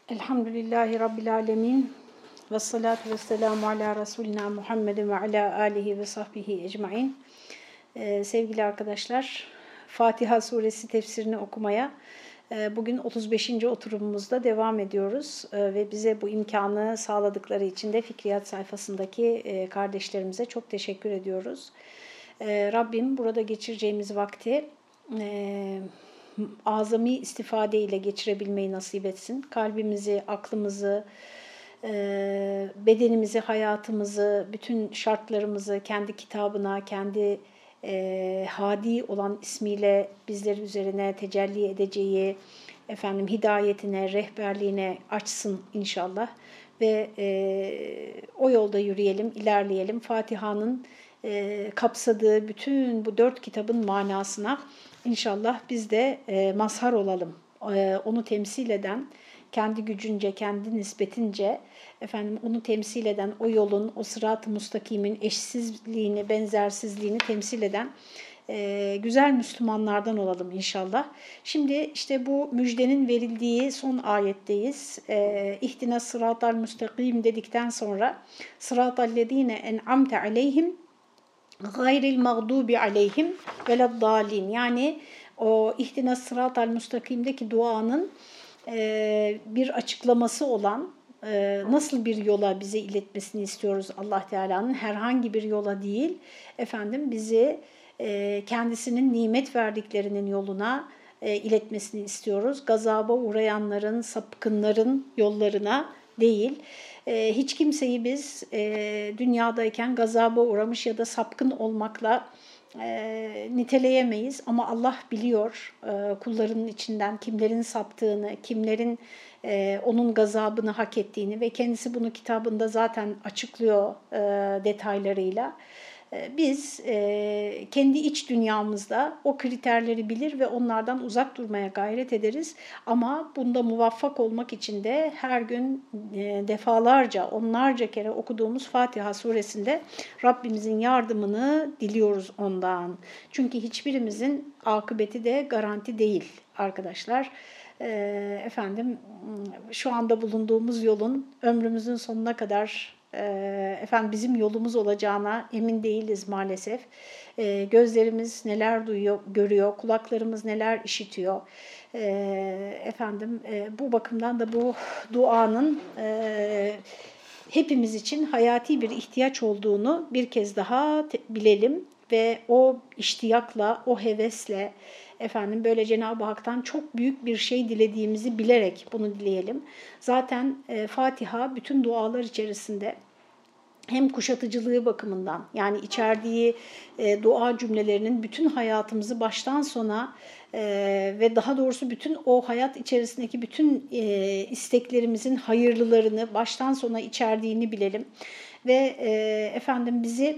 Elhamdülillahi Rabbil Alemin. Ve salatu ve selamu ala Resulina Muhammedin ve ala alihi ve sahbihi ecmain. Sevgili arkadaşlar, Fatiha suresi tefsirini okumaya bugün 35. oturumumuzda devam ediyoruz. Ve bize bu imkanı sağladıkları için de Fikriyat sayfasındaki kardeşlerimize çok teşekkür ediyoruz. Rabbim burada geçireceğimiz vakti azami istifade ile geçirebilmeyi nasip etsin. Kalbimizi, aklımızı, bedenimizi, hayatımızı, bütün şartlarımızı kendi kitabına, kendi hadi olan ismiyle bizler üzerine tecelli edeceği, hidayetine, rehberliğine açsın inşallah. Ve o yolda yürüyelim, ilerleyelim. Fatiha'nın kapsadığı bütün bu 4 kitabın manasına İnşallah biz de mazhar olalım. Onu temsil eden, kendi gücünce, kendi nispetince onu temsil eden o yolun, o sırat-ı mustakimin eşsizliğini, benzersizliğini temsil eden güzel Müslümanlardan olalım inşallah. Şimdi işte bu müjdenin verildiği son ayetteyiz. İhdina sıratal mustakim dedikten sonra sıratallezine en'amte aleyhim gayril mağdubi aleyhim veleddalin, yani o ihdina sıratal mustakimdeki duanın bir açıklaması olan nasıl bir yola bize iletmesini istiyoruz Allah Teala'nın, herhangi bir yola değil bizi kendisinin nimet verdiklerinin yoluna iletmesini istiyoruz. Gazaba uğrayanların, sapkınların yollarına değil. Hiç kimseyi biz dünyadayken gazaba uğramış ya da sapkın olmakla niteleyemeyiz. Ama Allah biliyor kullarının içinden kimlerin saptığını, kimlerin onun gazabını hak ettiğini ve kendisi bunu kitabında zaten açıklıyor detaylarıyla. Biz kendi iç dünyamızda o kriterleri bilir ve onlardan uzak durmaya gayret ederiz. Ama bunda muvaffak olmak için de her gün defalarca, onlarca kere okuduğumuz Fatiha suresinde Rabbimizin yardımını diliyoruz ondan. Çünkü hiçbirimizin akıbeti de garanti değil arkadaşlar. Şu anda bulunduğumuz yolun ömrümüzün sonuna kadar bizim yolumuz olacağına emin değiliz maalesef. Gözlerimiz neler duyuyor, görüyor, kulaklarımız neler işitiyor. Bu bakımdan da bu duanın hepimiz için hayati bir ihtiyaç olduğunu bir kez daha bilelim ve o iştiyakla, o hevesle böyle Cenab-ı Hak'tan çok büyük bir şey dilediğimizi bilerek bunu dileyelim. Zaten Fatiha bütün dualar içerisinde hem kuşatıcılığı bakımından, yani içerdiği dua cümlelerinin bütün hayatımızı baştan sona ve daha doğrusu bütün o hayat içerisindeki bütün isteklerimizin hayırlılarını baştan sona içerdiğini bilelim. Ve bizi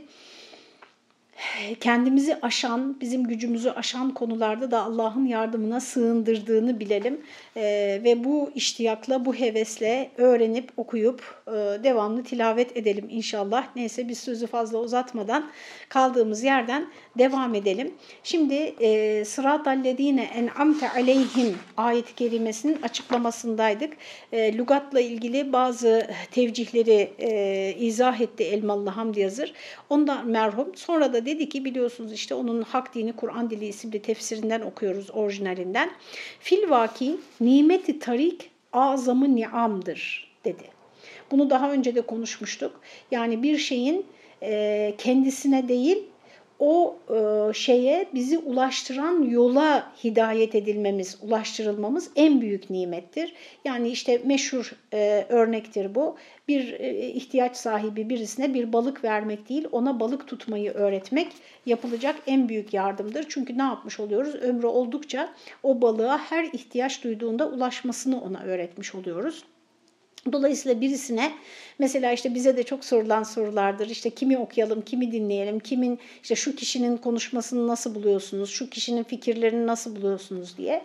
kendimizi aşan, bizim gücümüzü aşan konularda da Allah'ın yardımına sığındırdığını bilelim. Ve bu iştiyakla, bu hevesle öğrenip, okuyup devamlı tilavet edelim inşallah. Neyse biz sözü fazla uzatmadan kaldığımız yerden devam edelim. Şimdi sıratallezine en'amte aleyhim ayet-i kerimesinin açıklamasındaydık. Lügatla ilgili bazı tevcihleri izah etti Elmalı Hamdi Yazır. Ondan merhum. Sonra da dedi ki, biliyorsunuz işte onun Hak Dini Kur'an Dili isimli tefsirinden okuyoruz, orijinalinden. Fil vaki nimeti tarik azamı ni'amdır dedi. Bunu daha önce de konuşmuştuk. Yani bir şeyin kendisine değil, o şeye bizi ulaştıran yola hidayet edilmemiz, ulaştırılmamız en büyük nimettir. Yani işte meşhur örnektir bu. Bir ihtiyaç sahibi birisine bir balık vermek değil, ona balık tutmayı öğretmek yapılacak en büyük yardımdır. Çünkü ne yapmış oluyoruz? Ömrü oldukça o balığa her ihtiyaç duyduğunda ulaşmasını ona öğretmiş oluyoruz. Dolayısıyla birisine, mesela işte bize de çok sorulan sorulardır. İşte kimi okuyalım, kimi dinleyelim, kimin işte şu kişinin konuşmasını nasıl buluyorsunuz, şu kişinin fikirlerini nasıl buluyorsunuz diye.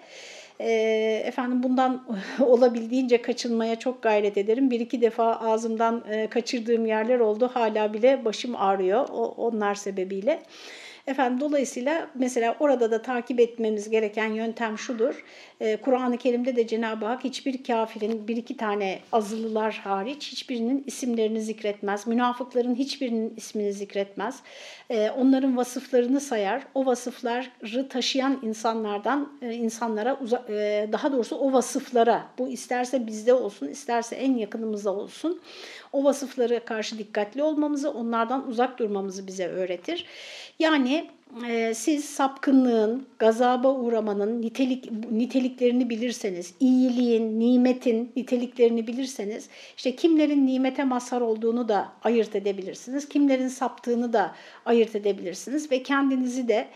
Bundan olabildiğince kaçınmaya çok gayret ederim. Bir iki defa ağzımdan kaçırdığım yerler oldu. Hala bile başım ağrıyor onlar sebebiyle. Dolayısıyla mesela orada da takip etmemiz gereken yöntem şudur. Kur'an-ı Kerim'de de Cenab-ı Hak hiçbir kafirin, bir iki tane azılılar hariç hiçbirinin isimlerini zikretmez. Münafıkların hiçbirinin ismini zikretmez. Onların vasıflarını sayar. O vasıfları taşıyan insanlara daha doğrusu o vasıflara, bu isterse bizde olsun, isterse en yakınımızda olsun, o vasıflara karşı dikkatli olmamızı, onlardan uzak durmamızı bize öğretir. Yani siz sapkınlığın, gazaba uğramanın niteliklerini bilirseniz, iyiliğin, nimetin niteliklerini bilirseniz, işte kimlerin nimete mazhar olduğunu da ayırt edebilirsiniz, kimlerin saptığını da ayırt edebilirsiniz ve kendinizi de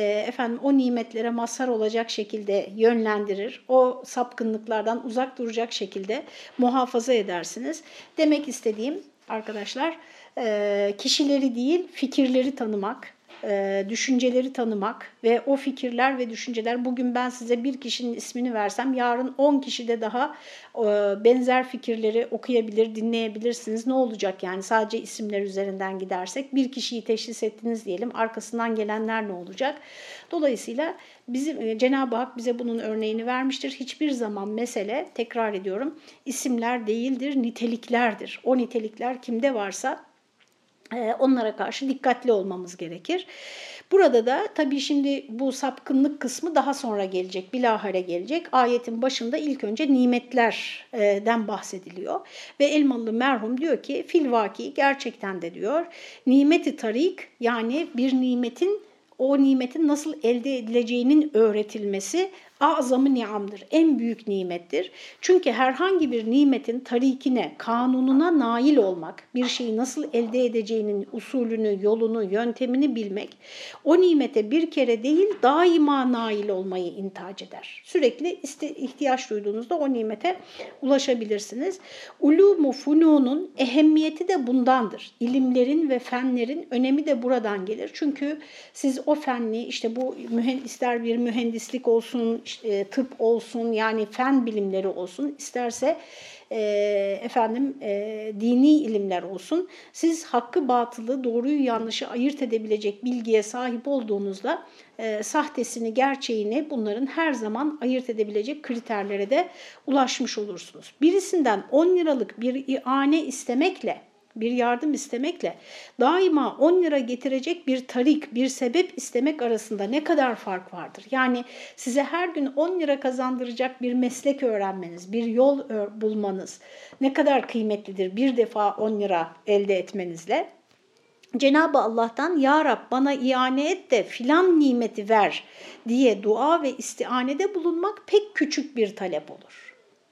o nimetlere mazhar olacak şekilde yönlendirir, o sapkınlıklardan uzak duracak şekilde muhafaza edersiniz. Demek istediğim arkadaşlar, kişileri değil fikirleri tanımak, düşünceleri tanımak ve o fikirler ve düşünceler, bugün ben size bir kişinin ismini versem yarın 10 kişi de daha benzer fikirleri okuyabilir, dinleyebilirsiniz. Ne olacak yani sadece isimler üzerinden gidersek? Bir kişiyi teşhis ettiniz diyelim, arkasından gelenler ne olacak? Dolayısıyla Cenab-ı Hak bize bunun örneğini vermiştir. Hiçbir zaman mesele, tekrar ediyorum, isimler değildir, niteliklerdir. O nitelikler kimde varsa onlara karşı dikkatli olmamız gerekir. Burada da tabii şimdi bu sapkınlık kısmı daha sonra gelecek, bilahare gelecek. Ayetin başında ilk önce nimetlerden bahsediliyor. Ve Elmalı merhum diyor ki, filvaki gerçekten de diyor, nimeti tarik, yani bir o nimetin nasıl elde edileceğinin öğretilmesi azam-ı ni'amdır, en büyük nimettir. Çünkü herhangi bir nimetin tarikine, kanununa nail olmak, bir şeyi nasıl elde edeceğinin usulünü, yolunu, yöntemini bilmek, o nimete bir kere değil daima nail olmayı intihac eder. Sürekli ihtiyaç duyduğunuzda o nimete ulaşabilirsiniz. Ulûm-u funûnun ehemmiyeti de bundandır. İlimlerin ve fenlerin önemi de buradan gelir. Çünkü siz o fenli, işte bu ister bir mühendislik olsun, tıp olsun, yani fen bilimleri olsun, isterse dini ilimler olsun, siz hakkı batılı, doğruyu yanlışı ayırt edebilecek bilgiye sahip olduğunuzda sahtesini, gerçeğini, bunların her zaman ayırt edebilecek kriterlere de ulaşmış olursunuz. Birisinden 10 liralık bir iane istemekle, bir yardım istemekle daima 10 lira getirecek bir tarik, bir sebep istemek arasında ne kadar fark vardır? Yani size her gün 10 lira kazandıracak bir meslek öğrenmeniz, bir yol bulmanız ne kadar kıymetlidir bir defa 10 lira elde etmenizle? Cenab-ı Allah'tan ya Rab bana iane et de filan nimeti ver diye dua ve istianede bulunmak pek küçük bir talep olur.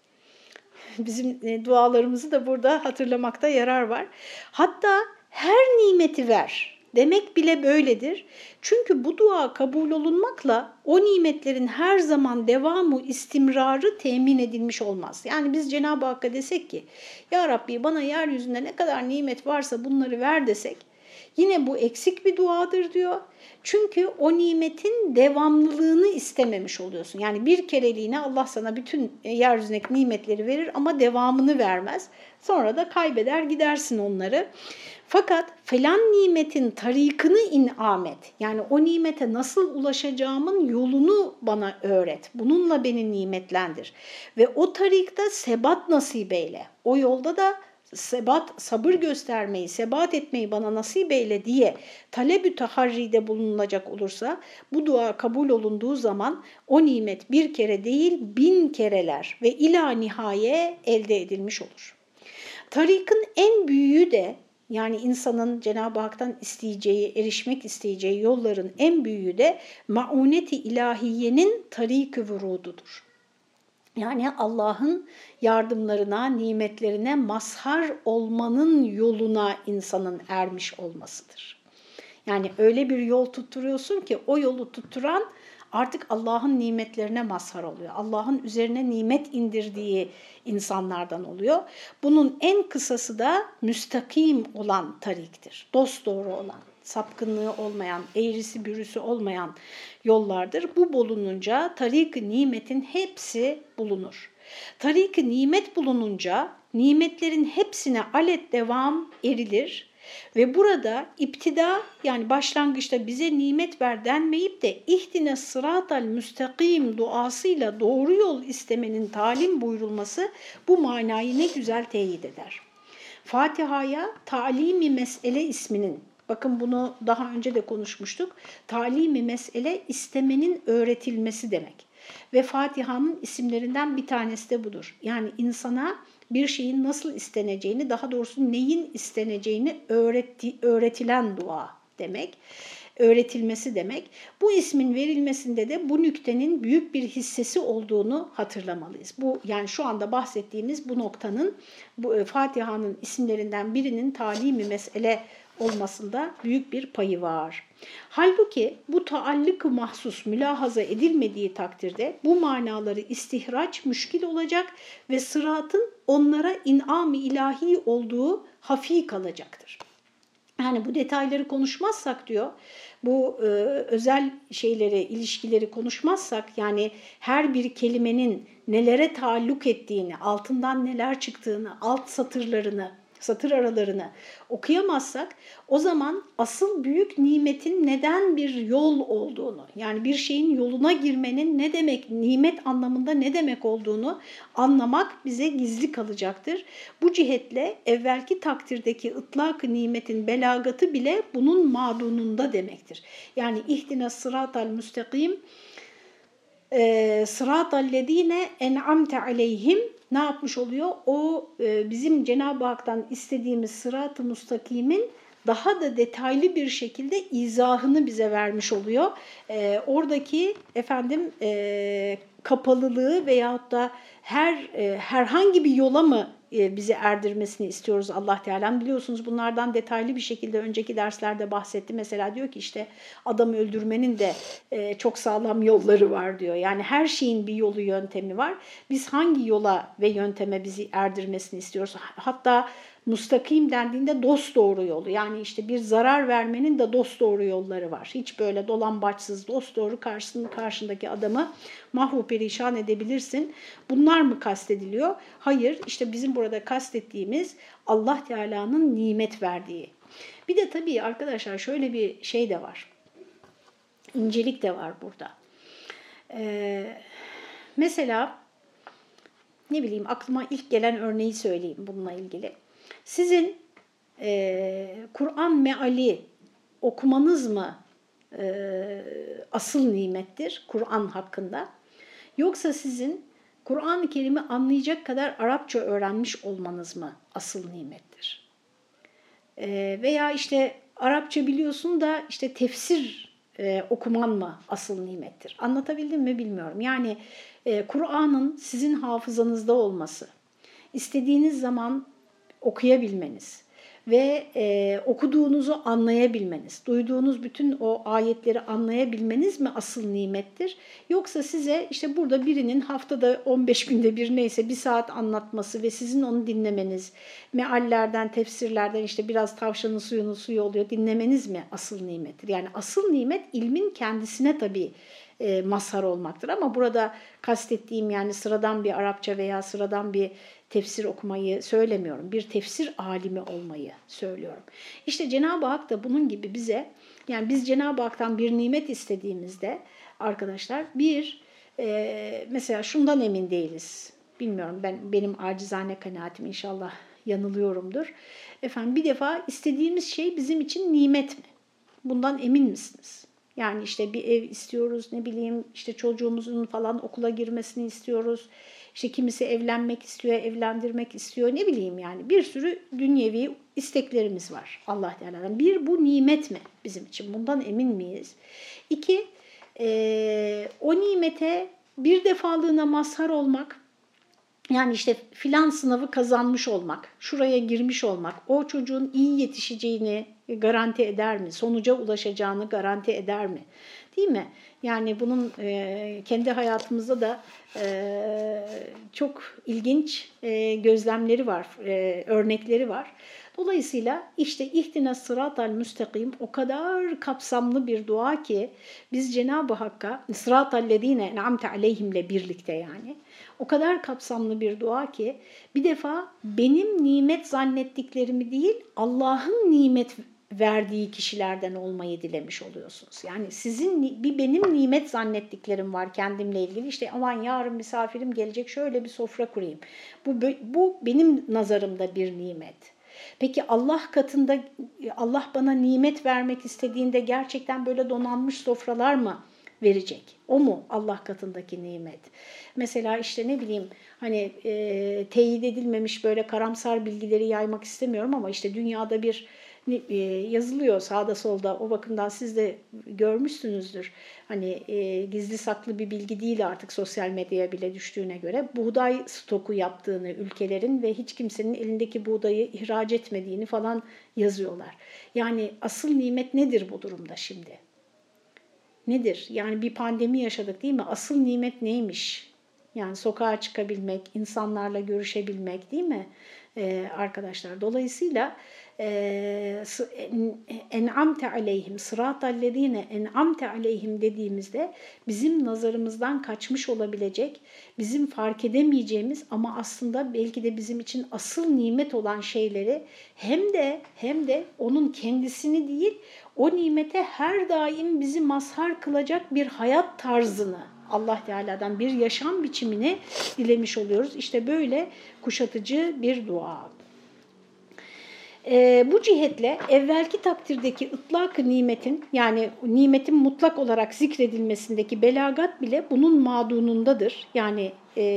Bizim dualarımızı da burada hatırlamakta yarar var. Hatta her nimeti ver demek bile böyledir. Çünkü bu dua kabul olunmakla o nimetlerin her zaman devamı, istimrarı temin edilmiş olmaz. Yani biz Cenab-ı Hakk'a desek ki, Ya Rabbi bana yeryüzünde ne kadar nimet varsa bunları ver desek, yine bu eksik bir duadır diyor. Çünkü o nimetin devamlılığını istememiş oluyorsun. Yani bir kereliğine Allah sana bütün yeryüzündeki nimetleri verir ama devamını vermez. Sonra da kaybeder gidersin onları. Fakat falan nimetin tarikını in'am et. Yani o nimete nasıl ulaşacağımın yolunu bana öğret. Bununla beni nimetlendir. Ve o tarikta sebat nasip eyle. O yolda da sabır göstermeyi, sebat etmeyi bana nasip eyle diye talep-ü taharride bulunulacak olursa, bu dua kabul olunduğu zaman o nimet bir kere değil 1000 kereler ve ila nihaye elde edilmiş olur. Tarikın en büyüğü de, yani insanın Cenab-ı Hak'tan isteyeceği, erişmek isteyeceği yolların en büyüğü de maunet-i ilahiyenin tarik-ı vurududur. Yani Allah'ın yardımlarına, nimetlerine mazhar olmanın yoluna insanın ermiş olmasıdır. Yani öyle bir yol tutturuyorsun ki o yolu tutturan artık Allah'ın nimetlerine mazhar oluyor. Allah'ın üzerine nimet indirdiği insanlardan oluyor. Bunun en kısası da müstakim olan tariktir. Dosdoğru olan, sapkınlığı olmayan, eğrisi bürüsü olmayan yollardır. Bu bulununca tarik-i nimetin hepsi bulunur. Tarik-i nimet bulununca nimetlerin hepsine alet devam erilir Ve burada iptida yani başlangıçta bize nimet ver denmeyip de ihdine sıratal müstakim duasıyla doğru yol istemenin talim buyurulması bu manayı ne güzel teyit eder. Fatiha'ya talimi mesele isminin, bakın bunu daha önce de konuşmuştuk, talimi mesele istemenin öğretilmesi demek. Ve Fatiha'nın isimlerinden bir tanesi de budur. Yani insana bir şeyin nasıl isteneceğini, daha doğrusu neyin isteneceğini öğretilen dua demek. Öğretilmesi demek. Bu ismin verilmesinde de bu nüktenin büyük bir hissesi olduğunu hatırlamalıyız. Bu yani şu anda bahsettiğimiz bu noktanın bu Fatiha'nın isimlerinden birinin talimi mesele olmasında büyük bir payı var. Halbuki bu taallık-ı mahsus mülahaza edilmediği takdirde bu manaları istihraç müşkil olacak ve sıratın onlara in'am-ı ilahi olduğu hafi kalacaktır. Yani bu detayları konuşmazsak diyor, bu özel şeyleri, ilişkileri konuşmazsak, yani her bir kelimenin nelere taalluk ettiğini, altından neler çıktığını, alt satırlarını, satır aralarını okuyamazsak o zaman asıl büyük nimetin neden bir yol olduğunu, yani bir şeyin yoluna girmenin ne demek, nimet anlamında ne demek olduğunu anlamak bize gizli kalacaktır. Bu cihetle evvelki takdirdeki ıtlak-ı nimetin belagatı bile bunun madununda demektir. Yani ihdina sıratal müstakim, sıratallezine en'amte aleyhim ne yapmış oluyor? O bizim Cenab-ı Hak'tan istediğimiz sırat-ı müstakimin daha da detaylı bir şekilde izahını bize vermiş oluyor. Oradaki kapalılığı veyahut da herhangi bir yola mı bizi erdirmesini istiyoruz Allah Teala'nın. Biliyorsunuz bunlardan detaylı bir şekilde önceki derslerde bahsetti. Mesela diyor ki işte adamı öldürmenin de çok sağlam yolları var diyor. Yani her şeyin bir yolu yöntemi var. Biz hangi yola ve yönteme bizi erdirmesini istiyoruz? Hatta mustakim dendiğinde dosdoğru yolu. Yani işte bir zarar vermenin de dosdoğru yolları var. Hiç böyle dolambaçsız dosdoğru karşındaki adamı mahvu perişan edebilirsin. Bunlar mı kastediliyor? Hayır, işte bizim burada kastettiğimiz Allah Teala'nın nimet verdiği. Bir de tabii arkadaşlar şöyle bir şey de var. İncelik de var burada. Mesela ne bileyim aklıma ilk gelen örneği söyleyeyim bununla ilgili. Sizin Kur'an meali okumanız mı asıl nimettir Kur'an hakkında? Yoksa sizin Kur'an-ı Kerim'i anlayacak kadar Arapça öğrenmiş olmanız mı asıl nimettir? Veya işte Arapça biliyorsun da işte tefsir okuman mı asıl nimettir? Anlatabildim mi bilmiyorum. Yani Kur'an'ın sizin hafızanızda olması, istediğiniz zaman okuyabilmeniz ve okuduğunuzu anlayabilmeniz, duyduğunuz bütün o ayetleri anlayabilmeniz mi asıl nimettir? Yoksa size işte burada birinin haftada 15 günde bir neyse bir saat anlatması ve sizin onu dinlemeniz, meallerden, tefsirlerden işte biraz tavşanın suyunun suyu oluyor dinlemeniz mi asıl nimettir? Yani asıl nimet ilmin kendisine tabii mazhar olmaktır. Ama burada kastettiğim yani sıradan bir Arapça veya sıradan bir tefsir okumayı söylemiyorum. Bir tefsir alimi olmayı söylüyorum. İşte Cenab-ı Hak da bunun gibi bize, yani biz Cenab-ı Hak'tan bir nimet istediğimizde arkadaşlar mesela şundan emin değiliz. Bilmiyorum, benim acizane kanaatim, inşallah yanılıyorumdur. Bir defa istediğimiz şey bizim için nimet mi? Bundan emin misiniz? Yani işte bir ev istiyoruz, ne bileyim işte çocuğumuzun falan okula girmesini istiyoruz. İşte kimisi evlenmek istiyor, evlendirmek istiyor, ne bileyim yani bir sürü dünyevi isteklerimiz var Allah Teala'dan. Bir, bu nimet mi bizim için? Bundan emin miyiz? İki, o nimete bir defalığına mazhar olmak, yani işte filan sınavı kazanmış olmak, şuraya girmiş olmak, o çocuğun iyi yetişeceğini garanti eder mi? Sonuca ulaşacağını garanti eder mi? Değil mi? Yani bunun kendi hayatımızda da çok ilginç gözlemleri var, örnekleri var. Dolayısıyla işte ihtinas sıratal müstakim o kadar kapsamlı bir dua ki biz Cenab-ı Hakk'a sıratal lezine en'amte aleyhimle birlikte yani o kadar kapsamlı bir dua ki bir defa benim nimet zannettiklerimi değil Allah'ın nimet verdiği kişilerden olmayı dilemiş oluyorsunuz. Yani sizin bir benim nimet zannettiklerim var kendimle ilgili. İşte aman yarın misafirim gelecek şöyle bir sofra kurayım. Bu benim nazarımda bir nimet. Peki Allah katında Allah bana nimet vermek istediğinde gerçekten böyle donanmış sofralar mı verecek? O mu Allah katındaki nimet? Mesela işte ne bileyim hani teyit edilmemiş böyle karamsar bilgileri yaymak istemiyorum ama işte dünyada bir yazılıyor sağda solda o bakımdan siz de görmüşsünüzdür. Hani gizli saklı bir bilgi değil artık sosyal medyaya bile düştüğüne göre buğday stoku yaptığını ülkelerin ve hiç kimsenin elindeki buğdayı ihraç etmediğini falan yazıyorlar. Yani asıl nimet nedir bu durumda şimdi? Nedir? Yani bir pandemi yaşadık değil mi? Asıl nimet neymiş? Yani sokağa çıkabilmek, insanlarla görüşebilmek değil mi arkadaşlar? Dolayısıyla en'amte aleyhim, sıratallezine en'amte aleyhim dediğimizde bizim nazarımızdan kaçmış olabilecek, bizim fark edemeyeceğimiz ama aslında belki de bizim için asıl nimet olan şeyleri hem de onun kendisini değil, o nimete her daim bizi mazhar kılacak bir hayat tarzını Allah Teala'dan bir yaşam biçimini dilemiş oluyoruz. İşte böyle kuşatıcı bir dua. Bu cihetle evvelki takdirdeki ıtlak-ı nimetin yani nimetin mutlak olarak zikredilmesindeki belagat bile bunun madunundadır. Yani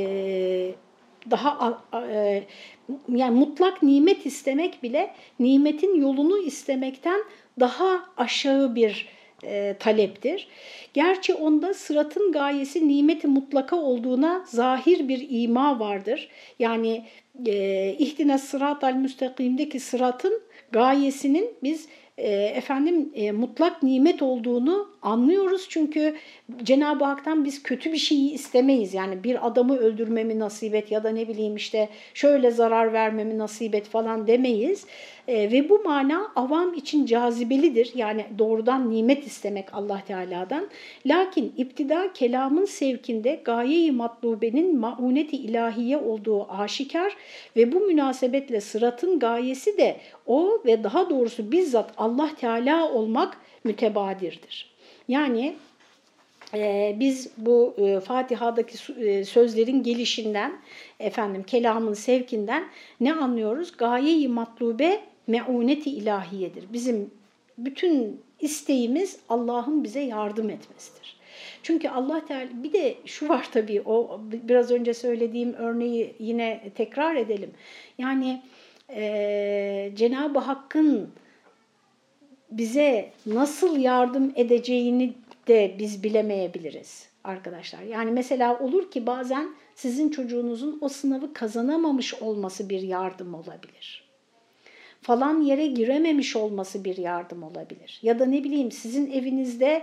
daha yani mutlak nimet istemek bile nimetin yolunu istemekten daha aşağı bir taleptir. Gerçi onda sıratın gayesi nimeti mutlaka olduğuna zahir bir ima vardır. Yani ihdine sıratal müstakimdeki sıratın gayesinin biz mutlak nimet olduğunu anlıyoruz. Çünkü Cenab-ı Hak'tan biz kötü bir şeyi istemeyiz. Yani bir adamı öldürmemi nasip et ya da ne bileyim işte şöyle zarar vermemi nasip et falan demeyiz. Ve bu mana avam için cazibelidir. Yani doğrudan nimet istemek Allah Teala'dan. Lakin iptida kelamın sevkinde gaye-i matlubenin mauneti ilahiye olduğu aşikar ve bu münasebetle sıratın gayesi de o ve daha doğrusu bizzat Allah Teala olmak mütebadirdir. Yani biz bu Fatiha'daki sözlerin gelişinden, kelamın sevkinden ne anlıyoruz? Gaye-i matlube meuneti ilahiyedir. Bizim bütün isteğimiz Allah'ın bize yardım etmesidir. Çünkü Allah Teala bir de şu var tabii o biraz önce söylediğim örneği yine tekrar edelim. Yani Cenab-ı Hakk'ın bize nasıl yardım edeceğini de biz bilemeyebiliriz arkadaşlar. Yani mesela olur ki bazen sizin çocuğunuzun o sınavı kazanamamış olması bir yardım olabilir. Falan yere girememiş olması bir yardım olabilir. Ya da ne bileyim sizin evinizde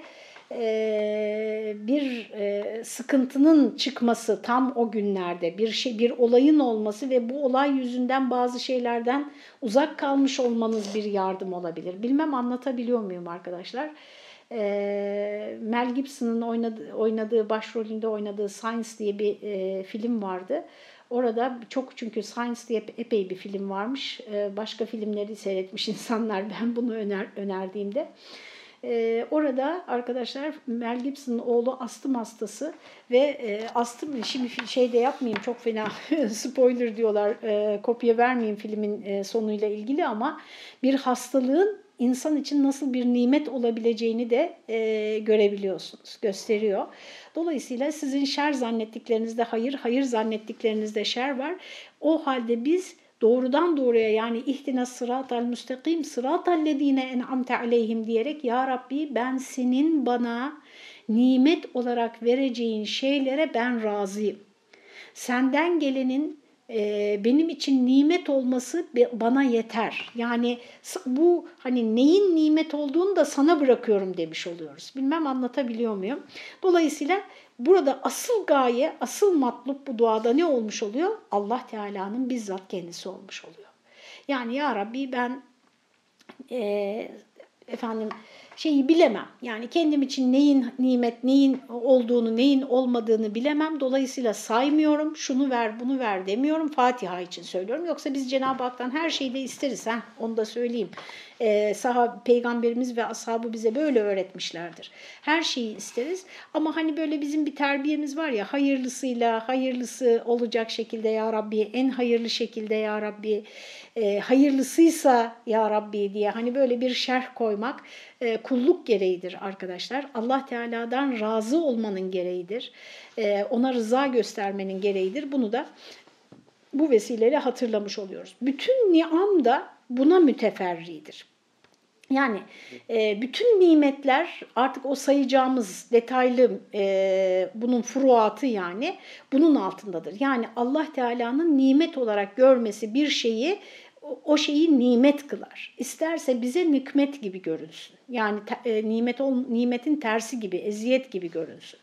bir sıkıntının çıkması tam o günlerde bir olayın olması ve bu olay yüzünden bazı şeylerden uzak kalmış olmanız bir yardım olabilir. Bilmem anlatabiliyor muyum arkadaşlar? Mel Gibson'ın oynadığı başrolünde oynadığı Science diye bir film vardı. Orada çünkü Science diye epey bir film varmış. Başka filmleri seyretmiş insanlar ben bunu önerdiğimde. Orada arkadaşlar Mel Gibson'ın oğlu astım hastası ve astım şimdi şeyde yapmayayım çok fena spoiler diyorlar kopya vermeyeyim filmin sonuyla ilgili ama bir hastalığın insan için nasıl bir nimet olabileceğini de görebiliyorsunuz, gösteriyor. Dolayısıyla sizin şer zannettiklerinizde hayır, hayır zannettiklerinizde şer var. O halde biz doğrudan doğruya yani ihtinas sıratal müstakim sıratallezine en'amte aleyhim diyerek ya Rabbi ben senin bana nimet olarak vereceğin şeylere ben razıyım. Senden gelenin benim için nimet olması bana yeter. Yani bu hani neyin nimet olduğunu da sana bırakıyorum demiş oluyoruz. Bilmem anlatabiliyor muyum? Dolayısıyla burada asıl gaye, asıl matlup bu duada ne olmuş oluyor? Allah Teala'nın bizzat kendisi olmuş oluyor. Yani ya Rabbi ben şeyi bilemem. Yani kendim için neyin nimet, neyin olduğunu, neyin olmadığını bilemem. Dolayısıyla saymıyorum. Şunu ver, bunu ver demiyorum. Fatiha için söylüyorum. Yoksa biz Cenab-ı Hak'tan her şeyi de isteriz. Onu da söyleyeyim. Peygamberimiz ve ashabı bize böyle öğretmişlerdir. Her şeyi isteriz. Ama hani böyle bizim bir terbiyemiz var ya, hayırlısıyla, hayırlısı olacak şekilde ya Rabbi, en hayırlı şekilde ya Rabbi, hayırlısıysa ya Rabbi diye hani böyle bir şerh koymak kulluk gereğidir arkadaşlar. Allah Teala'dan razı olmanın gereğidir. Ona rıza göstermenin gereğidir. Bunu da bu vesileyle hatırlamış oluyoruz. Bütün niam da buna müteferridir. Yani bütün nimetler artık o sayacağımız detaylı bunun furuatı yani bunun altındadır. Yani Allah Teala'nın nimet olarak görmesi bir şeyi o şeyi nimet kılar. İsterse bize nikmet gibi görünsün. Yani nimetin tersi gibi, eziyet gibi görünsün.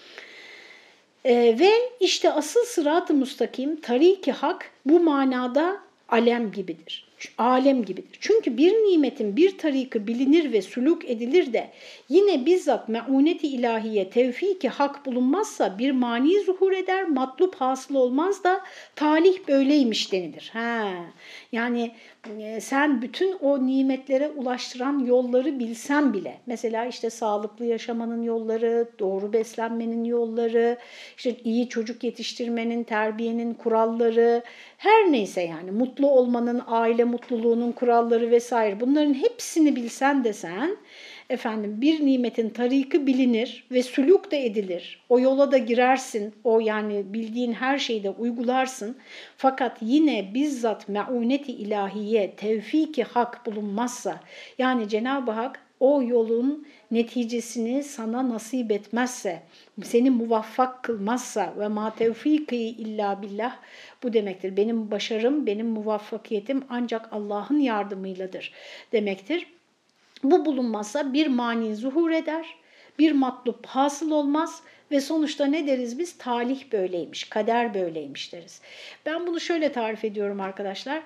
Ve işte asıl sırat-ı müstakim, tarik-i hak bu manada alem gibidir. Alem gibidir. Çünkü bir nimetin bir tarikı bilinir ve sülük edilir de yine bizzat meunet-i ilahiye tevfik-i hak bulunmazsa bir mani zuhur eder, matlup hasıl olmaz da talih böyleymiş denilir. Yani sen bütün o nimetlere ulaştıran yolları bilsen bile, mesela işte sağlıklı yaşamanın yolları, doğru beslenmenin yolları, işte iyi çocuk yetiştirmenin, terbiyenin kuralları, her neyse yani mutlu olmanın, aile mutluluğunun kuralları vesaire, bunların hepsini bilsen de sen, bir nimetin tarikı bilinir ve sülük de edilir. O yola da girersin, o yani bildiğin her şeyi de uygularsın. Fakat yine bizzat meunet-i ilahiye, tevfik-i hak bulunmazsa, yani Cenab-ı Hak o yolun neticesini sana nasip etmezse, seni muvaffak kılmazsa ve ma tevfiki illa billah, bu demektir. Benim başarım, benim muvaffakiyetim ancak Allah'ın yardımıyladır demektir. Bu bulunmazsa bir mani zuhur eder, bir matlup hasıl olmaz ve sonuçta ne deriz biz? Talih böyleymiş, kader böyleymiş deriz. Ben bunu şöyle tarif ediyorum arkadaşlar.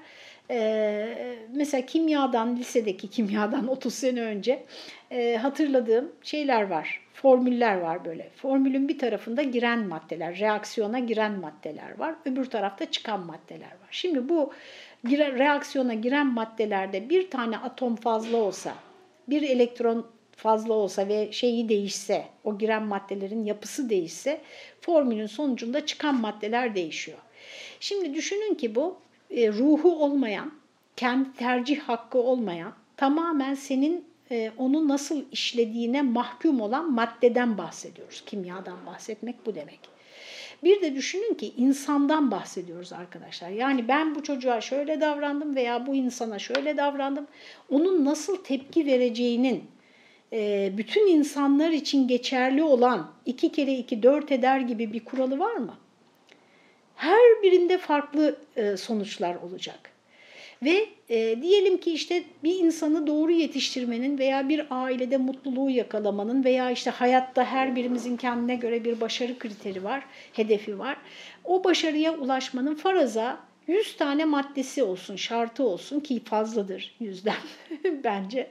Mesela kimyadan, lisedeki kimyadan 30 sene önce hatırladığım şeyler var, formüller var böyle. Formülün bir tarafında giren maddeler, reaksiyona giren maddeler var, öbür tarafta çıkan maddeler var. Şimdi bu reaksiyona giren maddelerde bir tane atom fazla olsa, bir elektron fazla olsa ve şeyi değişse, o giren maddelerin yapısı değişse, formülün sonucunda çıkan maddeler değişiyor. Şimdi düşünün ki bu ruhu olmayan, kendi tercih hakkı olmayan, tamamen senin onu nasıl işlediğine mahkum olan maddeden bahsediyoruz. Kimyadan bahsetmek bu demek. Bir de düşünün ki insandan bahsediyoruz arkadaşlar. Yani ben bu çocuğa şöyle davrandım veya bu insana şöyle davrandım. Onun nasıl tepki vereceğinin bütün insanlar için geçerli olan 2 kere 2 4 eder gibi bir kuralı var mı? Her birinde farklı sonuçlar olacak. Ve diyelim ki işte bir insanı doğru yetiştirmenin veya bir ailede mutluluğu yakalamanın veya işte hayatta her birimizin kendine göre bir başarı kriteri var, hedefi var. O başarıya ulaşmanın faraza 100 tane maddesi olsun, şartı olsun ki fazladır 100'den bence.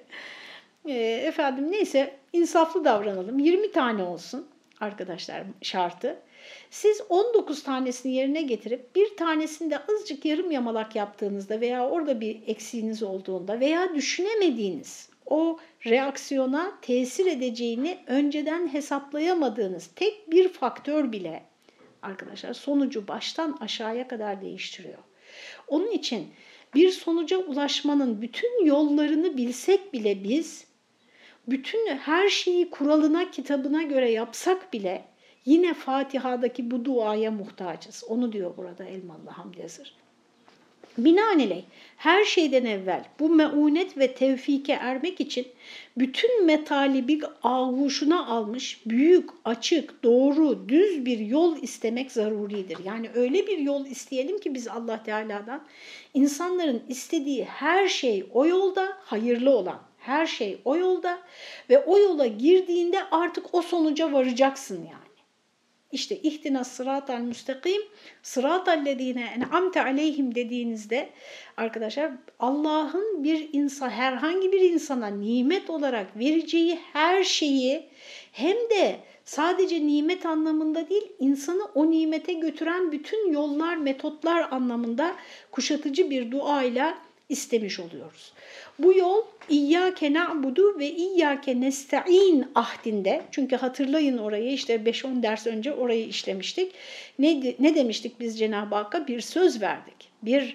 Neyse insaflı davranalım, 20 tane olsun arkadaşlar şartı. Siz 19 tanesini yerine getirip bir tanesinde azıcık yarım yamalak yaptığınızda veya orada bir eksiğiniz olduğunda veya düşünemediğiniz o reaksiyona tesir edeceğini önceden hesaplayamadığınız tek bir faktör bile arkadaşlar sonucu baştan aşağıya kadar değiştiriyor. Onun için bir sonuca ulaşmanın bütün yollarını bilsek bile biz, bütün her şeyi kuralına, kitabına göre yapsak bile yine Fatiha'daki bu duaya muhtacız. Onu diyor burada Elmalı Hamdi Yazır. Binaenaleyh her şeyden evvel bu meunet ve tevfike ermek için bütün metalibi ağuşuna almış, büyük, açık, doğru, düz bir yol istemek zaruridir. Yani öyle bir yol isteyelim ki biz Allah Teala'dan, insanların istediği her şey o yolda, hayırlı olan her şey o yolda ve o yola girdiğinde artık o sonuca varacaksın yani. İşte ihtinas sıratal müstakim, sıratallezine en'amte aleyhim dediğinizde arkadaşlar Allah'ın bir insan, herhangi bir insana nimet olarak vereceği her şeyi hem de sadece nimet anlamında değil, insanı o nimete götüren bütün yollar, metotlar anlamında kuşatıcı bir duayla istemiş oluyoruz. Bu yol İyyâke na'budu ve İyyâke nesta'in ahdinde, çünkü hatırlayın orayı, işte 5-10 ders önce orayı işlemiştik. Ne demiştik biz Cenab-ı Hakk'a? Bir söz verdik.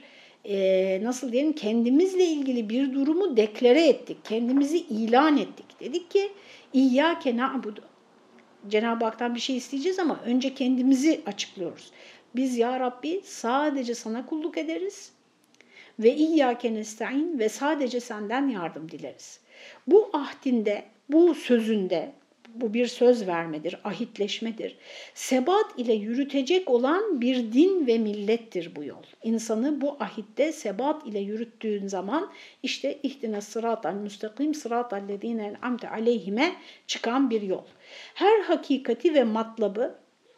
Nasıl diyelim, kendimizle ilgili bir durumu deklare ettik. Kendimizi ilan ettik. Dedik ki İyyâke na'budu. Cenab-ı Hak'tan bir şey isteyeceğiz ama önce kendimizi açıklıyoruz. Biz ya Rabbi sadece sana kulluk ederiz. Ve İyyâke nesta'in ve sadece senden yardım dileriz. Bu ahdinde, bu sözünde, bu bir söz vermedir, ahitleşmedir. Sebat ile yürütecek olan bir din ve millettir bu yol. İnsanı bu ahitte sebat ile yürüttüğün zaman işte ihtinas sıratal müstakim sıratallezine en'amte aleyhime çıkan bir yol. Her hakikati ve matlabı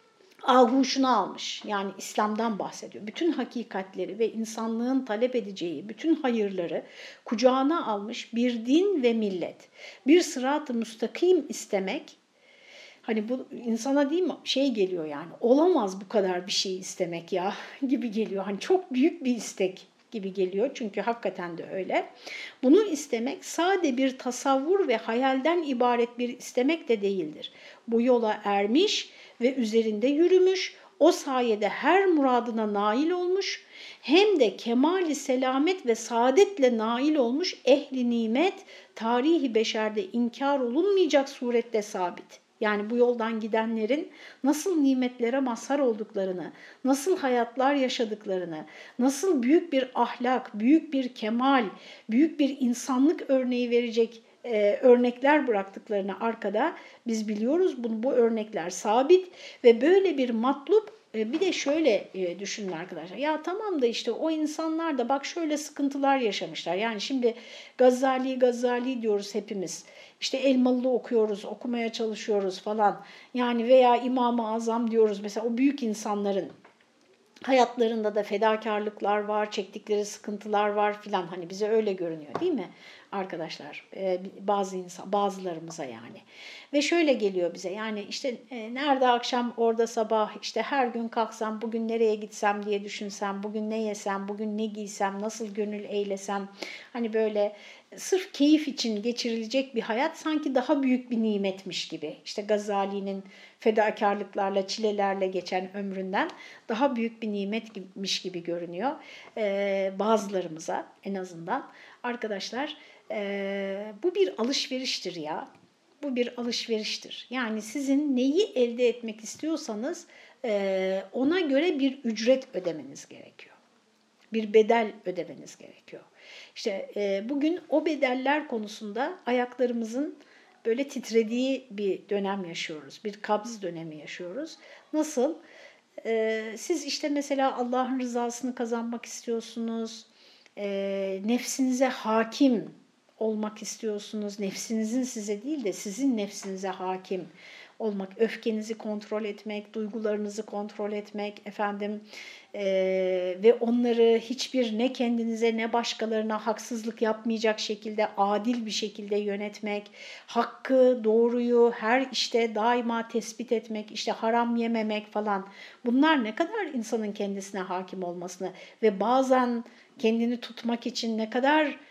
ağuşuna almış. Yani İslam'dan bahsediyor. Bütün hakikatleri ve insanlığın talep edeceği bütün hayırları kucağına almış bir din ve millet. Bir sırat-ı müstakim istemek, hani bu insana değil mi şey geliyor yani, olamaz bu kadar bir şey istemek ya gibi geliyor. Hani çok büyük bir istek gibi geliyor çünkü hakikaten de öyle. Bunu istemek sade bir tasavvur ve hayalden ibaret bir istemek de değildir. Bu yola ermiş ve üzerinde yürümüş, o sayede her muradına nail olmuş, hem de kemali selamet ve saadetle nail olmuş ehli nimet, tarihi beşerde inkar olunmayacak surette sabit. Yani bu yoldan gidenlerin nasıl nimetlere mazhar olduklarını, nasıl hayatlar yaşadıklarını, nasıl büyük bir ahlak, büyük bir kemal, büyük bir insanlık örneği verecek örnekler bıraktıklarını arkada biz biliyoruz. Bu örnekler sabit ve böyle bir matlup. Bir de şöyle düşünün arkadaşlar. Ya tamam da işte o insanlar da bak şöyle sıkıntılar yaşamışlar. Yani şimdi Gazali diyoruz hepimiz. İşte Elmalı'da okuyoruz, okumaya çalışıyoruz falan. Yani veya İmam-ı Azam diyoruz. Mesela o büyük insanların hayatlarında da fedakarlıklar var, çektikleri sıkıntılar var filan. Hani bize öyle görünüyor değil mi arkadaşlar? Bazılarımıza yani. Ve şöyle geliyor bize, yani işte nerede akşam orada sabah, işte her gün kalksam bugün nereye gitsem diye düşünsem, bugün ne yesem, bugün ne giysem, nasıl gönül eylesem, hani böyle sırf keyif için geçirilecek bir hayat sanki daha büyük bir nimetmiş gibi. İşte Gazali'nin fedakarlıklarla, çilelerle geçen ömründen daha büyük bir nimetmiş gibi görünüyor bazılarımıza en azından. Arkadaşlar bu bir alışveriştir ya. Bu bir alışveriştir. Yani sizin neyi elde etmek istiyorsanız ona göre bir ücret ödemeniz gerekiyor. Bir bedel ödemeniz gerekiyor. İşte bugün o bedeller konusunda ayaklarımızın böyle titrediği bir dönem yaşıyoruz. Bir kabz dönemi yaşıyoruz. Nasıl? Siz işte mesela Allah'ın rızasını kazanmak istiyorsunuz. Nefsinize hakim olmak istiyorsunuz. Nefsinizin size değil de sizin nefsinize hakim olmak, öfkenizi kontrol etmek, duygularınızı kontrol etmek, ve onları hiçbir ne kendinize ne başkalarına haksızlık yapmayacak şekilde, adil bir şekilde yönetmek, hakkı, doğruyu her işte daima tespit etmek, işte haram yememek falan. Bunlar ne kadar insanın kendisine hakim olmasını ve bazen kendini tutmak için ne kadar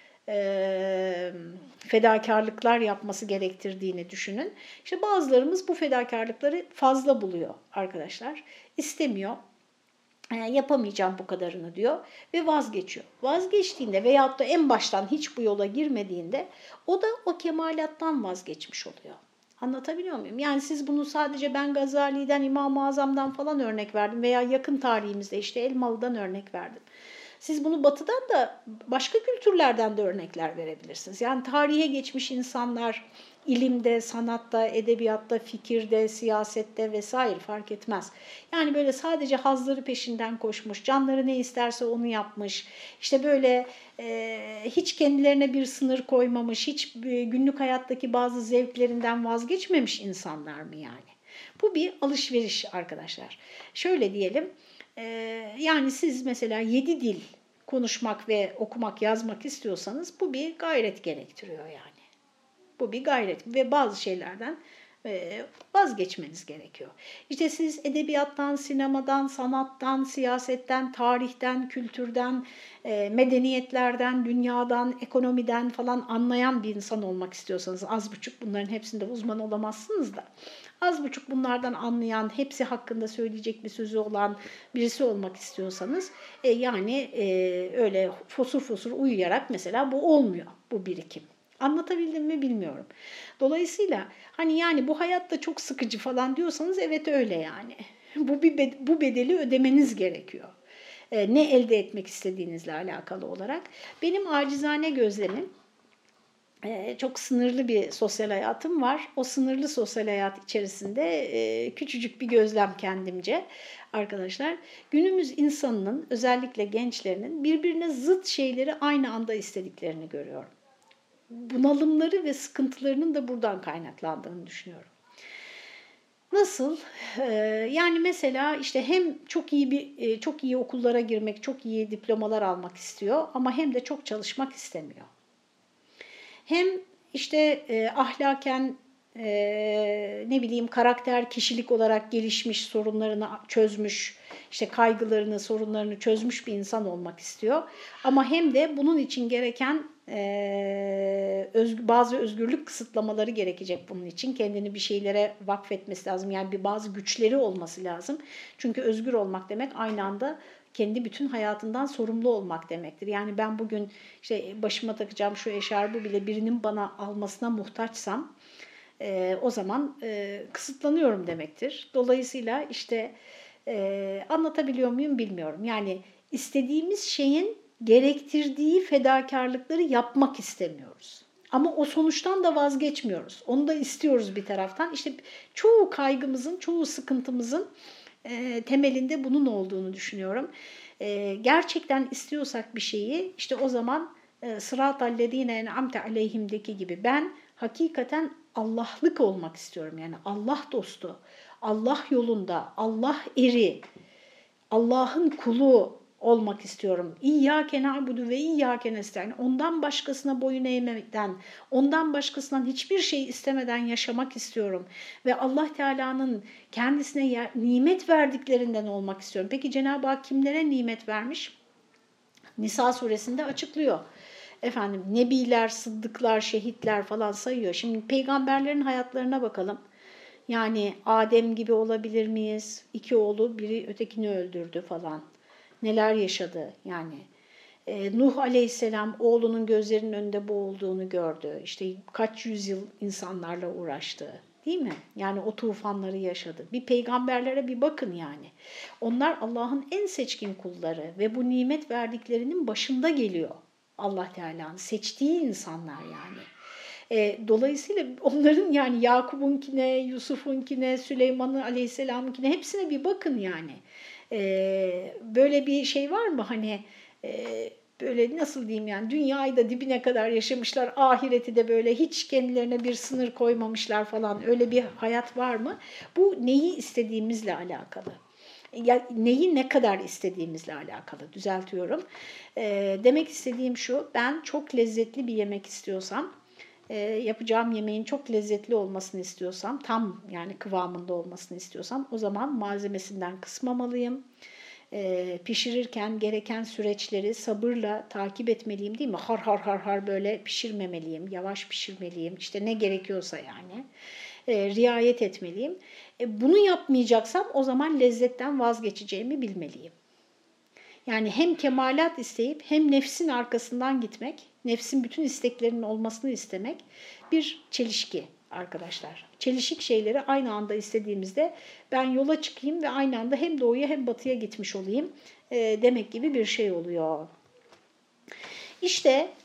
fedakarlıklar yapması gerektirdiğini düşünün. İşte bazılarımız bu fedakarlıkları fazla buluyor arkadaşlar. İstemiyor. Yapamayacağım bu kadarını diyor ve vazgeçiyor. Vazgeçtiğinde veyahut da en baştan hiç bu yola girmediğinde o da o kemalattan vazgeçmiş oluyor. Anlatabiliyor muyum? Yani siz bunu sadece ben Gazali'den, İmam-ı Azam'dan falan örnek verdim veya yakın tarihimizde işte Elmalı'dan örnek verdim. Siz bunu batıdan da başka kültürlerden de örnekler verebilirsiniz. Yani tarihe geçmiş insanlar ilimde, sanatta, edebiyatta, fikirde, siyasette vesaire fark etmez. Yani böyle sadece hazları peşinden koşmuş, canları ne isterse onu yapmış, işte böyle hiç kendilerine bir sınır koymamış, hiç günlük hayattaki bazı zevklerinden vazgeçmemiş insanlar mı yani? Bu bir alışveriş arkadaşlar. Şöyle diyelim, yani siz mesela 7 dil konuşmak ve okumak, yazmak istiyorsanız bu bir gayret gerektiriyor yani. Bu bir gayret ve bazı şeylerden vazgeçmeniz gerekiyor. İşte siz edebiyattan, sinemadan, sanattan, siyasetten, tarihten, kültürden, medeniyetlerden, dünyadan, ekonomiden falan anlayan bir insan olmak istiyorsanız, az buçuk bunların hepsinde uzman olamazsınız da, az buçuk bunlardan anlayan, hepsi hakkında söyleyecek bir sözü olan birisi olmak istiyorsanız, yani öyle fosur fosur uyuyarak mesela bu olmuyor, bu birikim. Anlatabildim mi bilmiyorum. Dolayısıyla hani yani bu hayatta çok sıkıcı falan diyorsanız evet öyle yani. Bu bedeli ödemeniz gerekiyor. Ne elde etmek istediğinizle alakalı olarak. Benim acizane gözlemim, çok sınırlı bir sosyal hayatım var. O sınırlı sosyal hayat içerisinde küçücük bir gözlem kendimce arkadaşlar. Günümüz insanının, özellikle gençlerinin birbirine zıt şeyleri aynı anda istediklerini görüyorum. Bunalımları ve sıkıntılarının da buradan kaynaklandığını düşünüyorum. Nasıl? Yani mesela işte hem çok iyi okullara girmek, çok iyi diplomalar almak istiyor ama hem de çok çalışmak istemiyor. Hem işte ahlaken ne bileyim karakter, kişilik olarak gelişmiş, sorunlarını çözmüş, işte kaygılarını, sorunlarını çözmüş bir insan olmak istiyor. Ama hem de bunun için gereken bazı özgürlük kısıtlamaları gerekecek bunun için. Kendini bir şeylere vakfetmesi lazım. Yani bazı güçleri olması lazım. Çünkü özgür olmak demek aynı anda kendi bütün hayatından sorumlu olmak demektir. Yani ben bugün işte başıma takacağım şu eşarbı bile birinin bana almasına muhtaçsam o zaman kısıtlanıyorum demektir. Dolayısıyla işte anlatabiliyor muyum bilmiyorum. Yani istediğimiz şeyin gerektirdiği fedakarlıkları yapmak istemiyoruz. Ama o sonuçtan da vazgeçmiyoruz. Onu da istiyoruz bir taraftan. İşte çoğu kaygımızın, çoğu sıkıntımızın temelinde bunun olduğunu düşünüyorum. Gerçekten istiyorsak bir şeyi, işte o zaman sıratallezine en'amte aleyhim'deki gibi ben hakikaten Allah'lık olmak istiyorum. Yani Allah dostu, Allah yolunda, Allah eri, Allah'ın kulu olmak istiyorum. İyyâke na'budu ve iyyâke nestaîn. Ondan başkasına boyun eğmeden, ondan başkasından hiçbir şey istemeden yaşamak istiyorum. Ve Allah Teala'nın kendisine nimet verdiklerinden olmak istiyorum. Peki Cenab-ı Hak kimlere nimet vermiş? Nisa suresinde açıklıyor. Efendim nebiler, sıddıklar, şehitler falan sayıyor. Şimdi peygamberlerin hayatlarına bakalım. Yani Adem gibi olabilir miyiz? 2 oğlu biri ötekini öldürdü falan. Neler yaşadı yani. Nuh aleyhisselam oğlunun gözlerinin önünde boğulduğunu gördü. İşte kaç yüzyıl insanlarla uğraştı. Değil mi? Yani o tufanları yaşadı. Bir peygamberlere bir bakın yani. Onlar Allah'ın en seçkin kulları ve bu nimet verdiklerinin başında geliyor. Allah Teala'nın seçtiği insanlar yani. Dolayısıyla onların yani Yakup'unkine, Yusuf'unkine, Süleyman Aleyhisselam'ınkine hepsine bir bakın yani. Böyle bir şey var mı hani böyle nasıl diyeyim yani dünyayı da dibine kadar yaşamışlar, ahireti de böyle hiç kendilerine bir sınır koymamışlar falan, öyle bir hayat var mı? Bu neyi istediğimizle alakalı. Ya, neyi ne kadar istediğimizle alakalı, düzeltiyorum. Demek istediğim şu, ben çok lezzetli bir yemek istiyorsam, yapacağım yemeğin çok lezzetli olmasını istiyorsam, tam yani kıvamında olmasını istiyorsam o zaman malzemesinden kısmamalıyım. Pişirirken gereken süreçleri sabırla takip etmeliyim değil mi? Har har har har böyle pişirmemeliyim, yavaş pişirmeliyim, işte ne gerekiyorsa yani. Riayet etmeliyim. Bunu yapmayacaksam o zaman lezzetten vazgeçeceğimi bilmeliyim. Yani hem kemalat isteyip hem nefsin arkasından gitmek, nefsin bütün isteklerinin olmasını istemek bir çelişki arkadaşlar. Çelişik şeyleri aynı anda istediğimizde ben yola çıkayım ve aynı anda hem doğuya hem batıya gitmiş olayım. demek gibi bir şey oluyor. İşte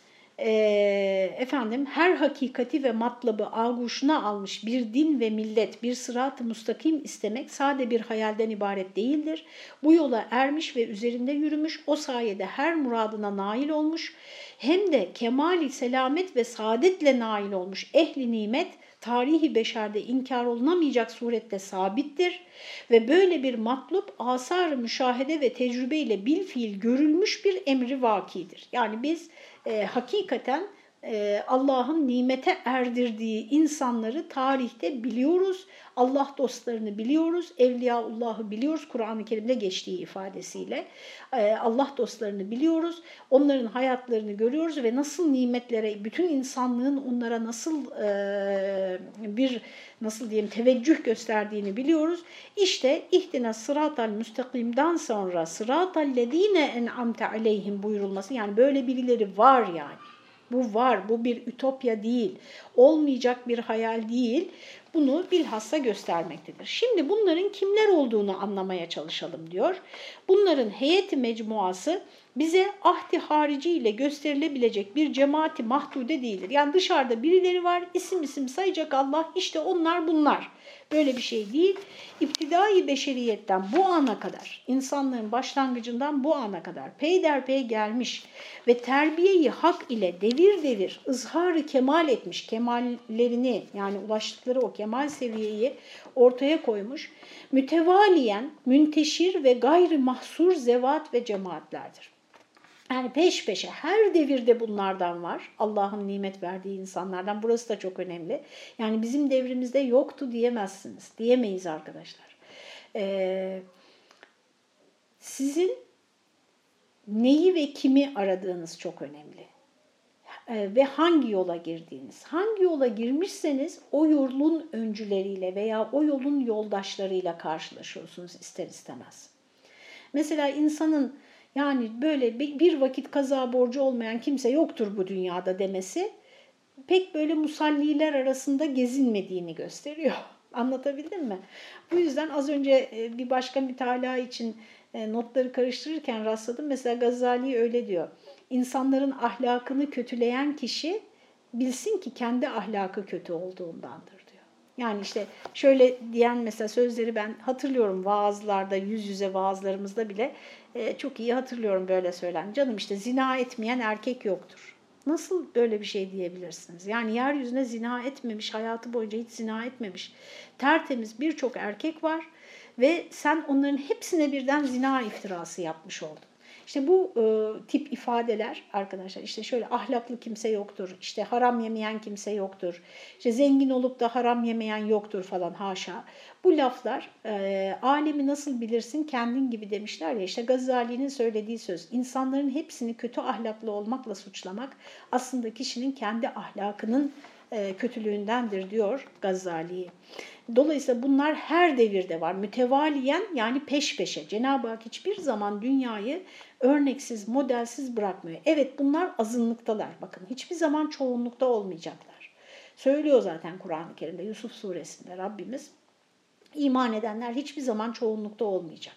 her hakikati ve matlabı ağuşuna almış bir din ve millet, bir sırat-ı müstakim istemek sade bir hayalden ibaret değildir. Bu yola ermiş ve üzerinde yürümüş, o sayede her muradına nail olmuş, hem de kemal-i selamet ve saadetle nail olmuş ehli nimet, tarihi beşerde inkar olunamayacak surette sabittir ve böyle bir matlup asar-ı müşahede ve tecrübe ile bilfiil görülmüş bir emri vakidir. Yani biz hakikaten Allah'ın nimete erdirdiği insanları tarihte biliyoruz. Allah dostlarını biliyoruz, Evliyaullah'ı biliyoruz. Kur'an-ı Kerim'de geçtiği ifadesiyle Allah dostlarını biliyoruz. Onların hayatlarını görüyoruz ve nasıl nimetlere, bütün insanlığın onlara nasıl teveccüh gösterdiğini biliyoruz. İşte ihdina sıratal müstakimden sonra sıratallezine en'amte aleyhim buyurulması, yani böyle birileri var yani. Bu var, bu bir ütopya değil, olmayacak bir hayal değil. Bunu bilhassa göstermektedir. Şimdi bunların kimler olduğunu anlamaya çalışalım diyor. Bunların heyeti mecmuası bize ahdi harici ile gösterilebilecek bir cemaati mahdude değildir. Yani dışarıda birileri var, isim isim sayacak Allah, işte onlar bunlar. Böyle bir şey değil. İptidai beşeriyetten bu ana kadar, insanlığın başlangıcından bu ana kadar peyderpey gelmiş ve terbiyeyi hak ile devir devir ızhar-ı kemal etmiş, kemallerini, yani ulaştıkları o kemal seviyeyi ortaya koymuş, mütevaliyen münteşir ve gayri mahsur zevat ve cemaatlerdir. Yani peş peşe her devirde bunlardan var. Allah'ın nimet verdiği insanlardan. Burası da çok önemli. Yani bizim devrimizde yoktu diyemezsiniz. Diyemeyiz arkadaşlar. Sizin neyi ve kimi aradığınız çok önemli. Ve hangi yola girdiğiniz. Hangi yola girmişseniz o yolun öncüleriyle veya o yolun yoldaşlarıyla karşılaşıyorsunuz ister istemez. Mesela insanın yani böyle bir vakit kaza borcu olmayan kimse yoktur bu dünyada demesi pek böyle musalliler arasında gezinmediğini gösteriyor. Anlatabildim mi? Bu yüzden az önce bir başka mütalaa için notları karıştırırken rastladım. Mesela Gazali öyle diyor. İnsanların ahlakını kötüleyen kişi bilsin ki kendi ahlakı kötü olduğundandır diyor. Yani işte şöyle diyen mesela sözleri ben hatırlıyorum vaazlarda, yüz yüze vaazlarımızda bile çok iyi hatırlıyorum böyle söylen. Canım işte zina etmeyen erkek yoktur. Nasıl böyle bir şey diyebilirsiniz? Yani yeryüzüne zina etmemiş, hayatı boyunca hiç zina etmemiş, tertemiz birçok erkek var ve sen onların hepsine birden zina iftirası yapmış oldun. İşte bu tip ifadeler arkadaşlar, işte şöyle ahlaklı kimse yoktur, işte haram yemeyen kimse yoktur, işte zengin olup da haram yemeyen yoktur falan, haşa. Bu laflar alemi nasıl bilirsin kendin gibi demişler ya, işte Gazali'nin söylediği söz, insanların hepsini kötü ahlaklı olmakla suçlamak aslında kişinin kendi ahlakının kötülüğündendir diyor Gazali. Dolayısıyla bunlar her devirde var. Mütevaliyen, yani peş peşe. Cenab-ı Hak hiçbir zaman dünyayı örneksiz, modelsiz bırakmıyor. Evet, bunlar azınlıktalar. Bakın, hiçbir zaman çoğunlukta olmayacaklar. Söylüyor zaten Kur'an-ı Kerim'de, Yusuf suresinde Rabbimiz. İman edenler hiçbir zaman çoğunlukta olmayacak.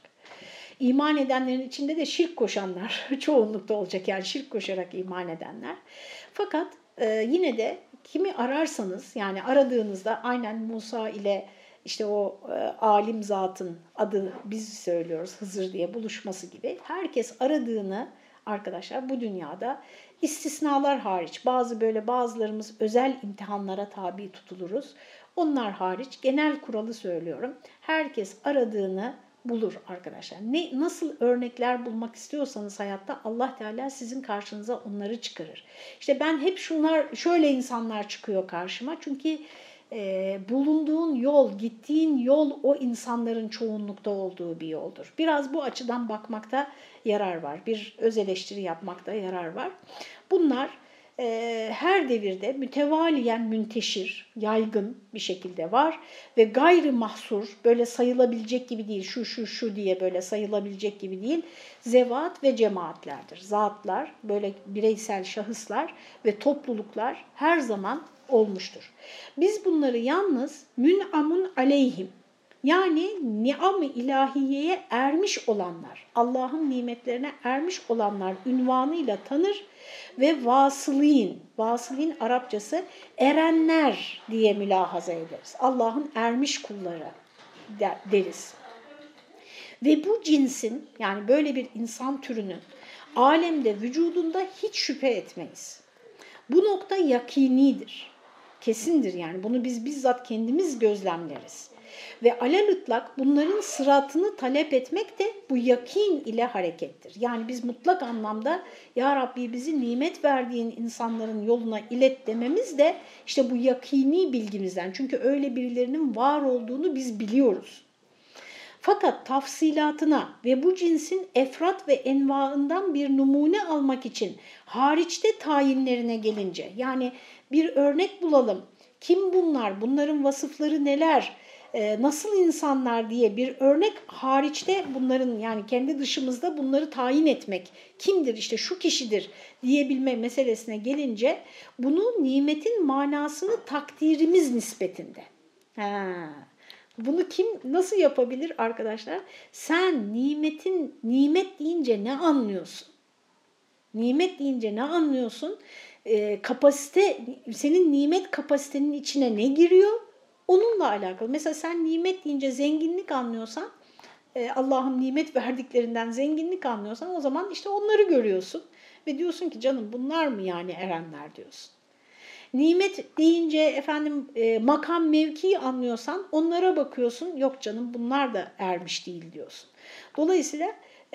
İman edenlerin içinde de şirk koşanlar çoğunlukta olacak. Yani şirk koşarak iman edenler. Fakat yine de kimi ararsanız, yani aradığınızda aynen Musa ile işte o alim zatın adı biz söylüyoruz Hızır diye buluşması gibi, herkes aradığını arkadaşlar bu dünyada, istisnalar hariç, bazılarımız özel imtihanlara tabi tutuluruz. Onlar hariç genel kuralı söylüyorum. Herkes aradığını bulur arkadaşlar. Nasıl örnekler bulmak istiyorsanız hayatta Allah Teala sizin karşınıza onları çıkarır. İşte ben hep şöyle insanlar çıkıyor karşıma. Çünkü bulunduğun yol, gittiğin yol o insanların çoğunlukta olduğu bir yoldur. Biraz bu açıdan bakmakta yarar var. Bir öz eleştiri yapmakta yarar var. Bunlar her devirde mütevaliyen münteşir, yaygın bir şekilde var ve gayri mahsur, böyle sayılabilecek gibi değil, şu diye böyle sayılabilecek gibi değil, zevat ve cemaatlerdir. Zatlar, böyle bireysel şahıslar ve topluluklar her zaman olmuştur. Biz bunları yalnız mün'amun aleyhim, Yani ni'am-ı ilahiyeye ermiş olanlar, Allah'ın nimetlerine ermiş olanlar ünvanıyla tanır ve vasılîn, vasılîn Arapçası erenler diye mülahaza ederiz. Allah'ın ermiş kulları deriz. Ve bu cinsin, yani böyle bir insan türünün alemde vücudunda hiç şüphe etmeyiz. Bu nokta yakinidir, kesindir, yani bunu biz bizzat kendimiz gözlemleriz. Ve alelütlak bunların sıratını talep etmek de bu yakin ile harekettir. Yani biz mutlak anlamda ya Rabbi bizi nimet verdiğin insanların yoluna ilet dememiz de işte bu yakini bilgimizden. Çünkü öyle birilerinin var olduğunu biz biliyoruz. Fakat tafsilatına ve bu cinsin efrat ve envaından bir numune almak için hariçte tayinlerine gelince, yani bir örnek bulalım, kim bunlar, bunların vasıfları neler, nasıl insanlar diye bir örnek hariçte bunların, yani kendi dışımızda bunları tayin etmek, kimdir işte şu kişidir diyebilme meselesine gelince bunu nimetin manasını takdirimiz nispetinde. Bunu kim nasıl yapabilir arkadaşlar? Sen nimet deyince ne anlıyorsun? Nimet deyince ne anlıyorsun? Kapasite, senin nimet kapasitenin içine ne giriyor? Onunla alakalı. Mesela sen nimet deyince zenginlik anlıyorsan, Allah'ın nimet verdiklerinden zenginlik anlıyorsan o zaman işte onları görüyorsun. Ve diyorsun ki canım bunlar mı yani erenler diyorsun. Nimet deyince makam mevki anlıyorsan onlara bakıyorsun. Yok canım bunlar da ermiş değil diyorsun. Dolayısıyla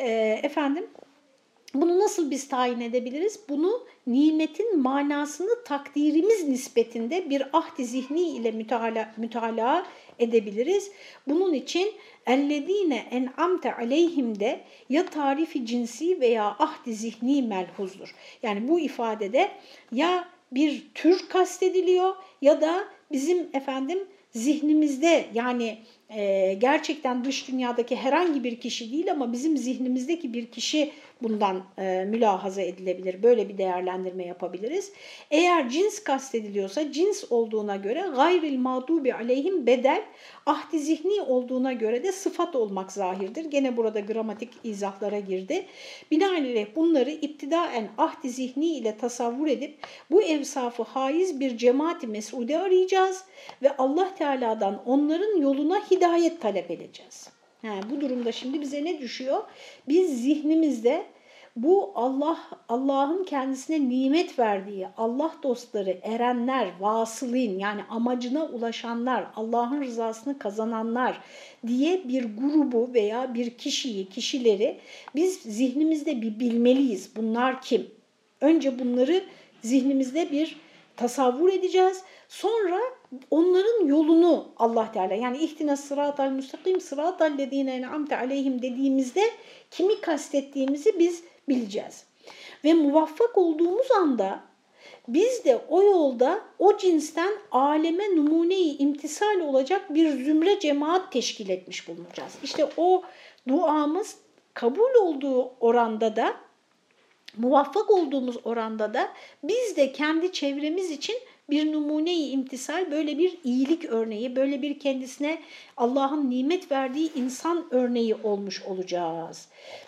bunu nasıl biz tayin edebiliriz? Bunu nimetin manasını takdirimiz nispetinde bir ahd-i zihni ile mütalaa edebiliriz. Bunun için اَلَّذ۪ينَ اَنْعَمْتَ عَلَيْهِمْ de ya tarifi cinsi veya ahd-i zihni melhuzdur. Yani bu ifadede ya bir tür kastediliyor ya da bizim zihnimizde, yani gerçekten dış dünyadaki herhangi bir kişi değil ama bizim zihnimizdeki bir kişi bundan mülahaza edilebilir. Böyle bir değerlendirme yapabiliriz. Eğer cins kastediliyorsa cins olduğuna göre gayril mağdubi aleyhim bedel, ahdi zihni olduğuna göre de sıfat olmak zahirdir. Gene burada gramatik izahlara girdi. Binaenaleyh bunları iptidaen ahdi zihni ile tasavvur edip bu evsafı haiz bir cemaati mesude arayacağız ve Allah Teala'dan onların yoluna hidayet talep edeceğiz. Bu durumda şimdi bize ne düşüyor? Biz zihnimizde bu Allah'ın kendisine nimet verdiği Allah dostları, erenler, vasılin, yani amacına ulaşanlar, Allah'ın rızasını kazananlar diye bir grubu veya bir kişileri biz zihnimizde bir bilmeliyiz. Bunlar kim? Önce bunları zihnimizde bir tasavvur edeceğiz. Sonra onların yolunu Allah Teala, yani ihdina sıratal müstakim sıratal lezine en'amte aleyhim dediğimizde kimi kastettiğimizi biz bileceğiz. Ve muvaffak olduğumuz anda biz de o yolda o cinsten aleme numune-i imtisal olacak bir zümre cemaat teşkil etmiş bulunacağız. İşte o duamız kabul olduğu oranda da, muvaffak olduğumuz oranda da biz de kendi çevremiz için bir numune-i imtisal, böyle bir iyilik örneği, böyle bir kendisine Allah'ın nimet verdiği insan örneği olmuş olacağız.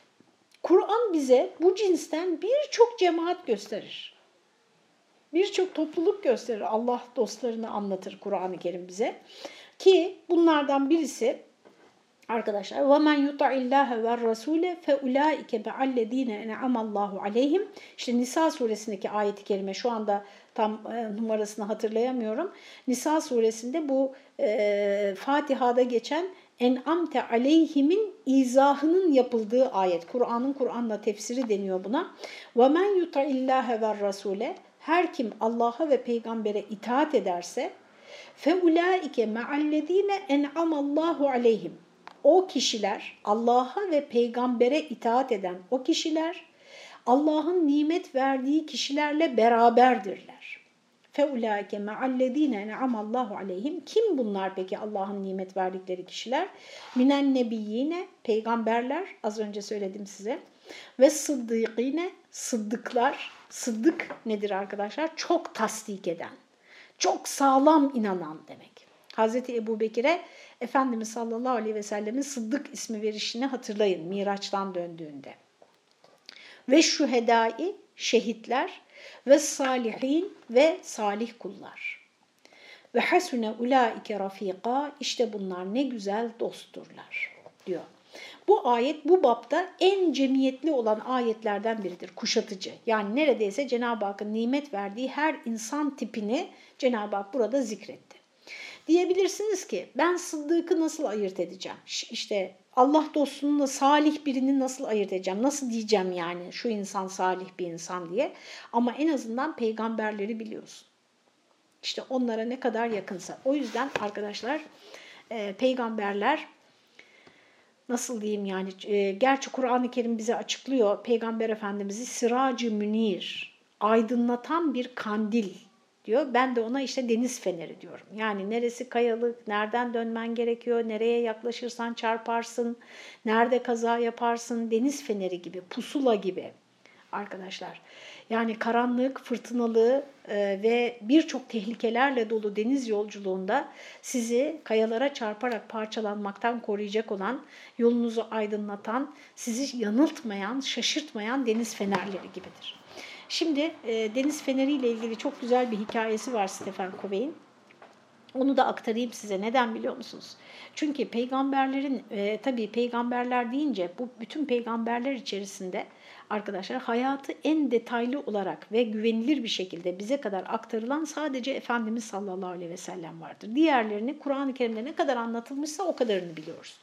Kur'an bize bu cinsten birçok cemaat gösterir. Birçok topluluk gösterir. Allah dostlarını anlatır Kur'an-ı Kerim bize. Ki bunlardan birisi arkadaşlar وَمَنْ يُطَعِ اللّٰهَ وَالرَّسُولَ فَاُولَٰئِكَ بَعَلَّذ۪ينَ اَنْعَمَ اللّٰهُ عَلَيْهِمْ. İşte Nisa suresindeki ayet-i kerime, şu anda tam numarasını hatırlayamıyorum. Nisa suresinde bu Fatiha'da geçen en'amte aleyhimin izahının yapıldığı ayet. Kur'an'la tefsiri deniyor buna. وَمَنْ يُطَعِ اللّٰهَ وَالرَّسُولَ, her kim Allah'a ve peygambere itaat ederse فَاُولَٰئِكَ مَعَ الَّذ۪ينَ اَنْعَمَ اللّٰهُ عَلَيْهِمْ. O kişiler, Allah'a ve peygambere itaat eden o kişiler, Allah'ın nimet verdiği kişilerle beraberdirler. فَاُولَٰئِكَ مَعَ الَّذ۪ينَ اَنْعَمَ اللّٰهُ عَلَيْهِمْ. Kim bunlar peki Allah'ın nimet verdikleri kişiler? مِنَ النَّبِيِّينَ, peygamberler, az önce söyledim size. Ve sıddıkîne, sıddıklar. Sıddık nedir arkadaşlar? Çok tasdik eden, çok sağlam inanan demek. Hazreti Ebubekir'e Efendimiz sallallahu aleyhi ve sellemin Sıddık ismi verişini hatırlayın Miraç'tan döndüğünde. Ve şühedai, şehitler ve salihin ve salih kullar. Ve hasune ulaike rafika, işte bunlar ne güzel dostturlar diyor. Bu ayet bu bapta en cemiyetli olan ayetlerden biridir, kuşatıcı. Yani neredeyse Cenab-ı Hakk'ın nimet verdiği her insan tipini Cenab-ı Hak burada zikretti. Diyebilirsiniz ki ben Sıddık'ı nasıl ayırt edeceğim? İşte Allah dostunun salih birini nasıl ayırt edeceğim? Nasıl diyeceğim yani şu insan salih bir insan diye? Ama en azından peygamberleri biliyorsun. İşte onlara ne kadar yakınsa. O yüzden arkadaşlar peygamberler nasıl diyeyim yani gerçi Kur'an-ı Kerim bize açıklıyor Peygamber Efendimiz'i Siracı Münir, aydınlatan bir kandil diyor. Ben de ona işte deniz feneri diyorum. Yani neresi kayalık, nereden dönmen gerekiyor, nereye yaklaşırsan çarparsın, nerede kaza yaparsın, deniz feneri gibi, pusula gibi arkadaşlar. Yani karanlık, fırtınalı ve birçok tehlikelerle dolu deniz yolculuğunda sizi kayalara çarparak parçalanmaktan koruyacak olan, yolunuzu aydınlatan, sizi yanıltmayan, şaşırtmayan deniz fenerleri gibidir. Şimdi deniz feneriyle ilgili çok güzel bir hikayesi var Stephen Covey'in. Onu da aktarayım size. Neden biliyor musunuz? Çünkü peygamberlerin, tabii peygamberler deyince bu bütün peygamberler içerisinde arkadaşlar hayatı en detaylı olarak ve güvenilir bir şekilde bize kadar aktarılan sadece Efendimiz sallallahu aleyhi ve sellem vardır. Diğerlerini Kur'an-ı Kerim'de ne kadar anlatılmışsa o kadarını biliyoruz.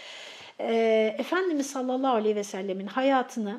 Efendimiz sallallahu aleyhi ve sellemin hayatını,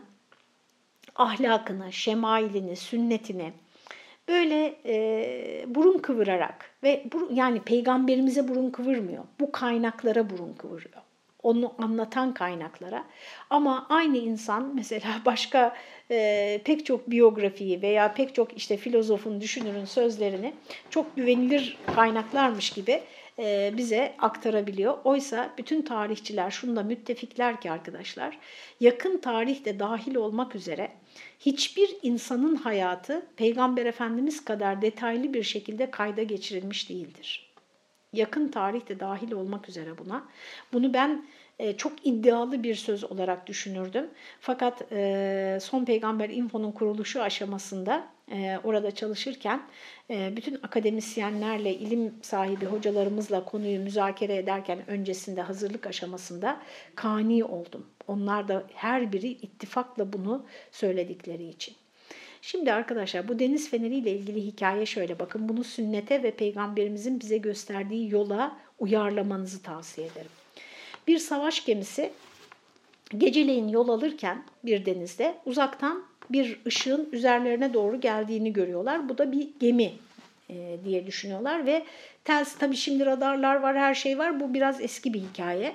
ahlakını, şemailini, sünnetini böyle burun kıvırarak ve yani peygamberimize burun kıvırmıyor. Bu kaynaklara burun kıvırıyor. Onu anlatan kaynaklara. Ama aynı insan mesela başka pek çok biyografiyi veya pek çok işte filozofun, düşünürün sözlerini çok güvenilir kaynaklarmış gibi bize aktarabiliyor. Oysa bütün tarihçiler şunda müttefikler ki arkadaşlar, yakın tarihte dahil olmak üzere hiçbir insanın hayatı Peygamber Efendimiz kadar detaylı bir şekilde kayda geçirilmiş değildir. Yakın tarihte dahil olmak üzere buna. Bunu ben çok iddialı bir söz olarak düşünürdüm. Fakat Son Peygamber Info'nun kuruluşu aşamasında orada çalışırken bütün akademisyenlerle, ilim sahibi hocalarımızla konuyu müzakere ederken öncesinde hazırlık aşamasında kani oldum. Onlar da her biri ittifakla bunu söyledikleri için. Şimdi arkadaşlar bu deniz feneriyle ilgili hikaye şöyle, bakın bunu sünnete ve peygamberimizin bize gösterdiği yola uyarlamanızı tavsiye ederim. Bir savaş gemisi geceleyin yol alırken bir denizde uzaktan bir ışığın üzerlerine doğru geldiğini görüyorlar. Bu da bir gemi diye düşünüyorlar ve tabii şimdi radarlar var, her şey var. Bu biraz eski bir hikaye.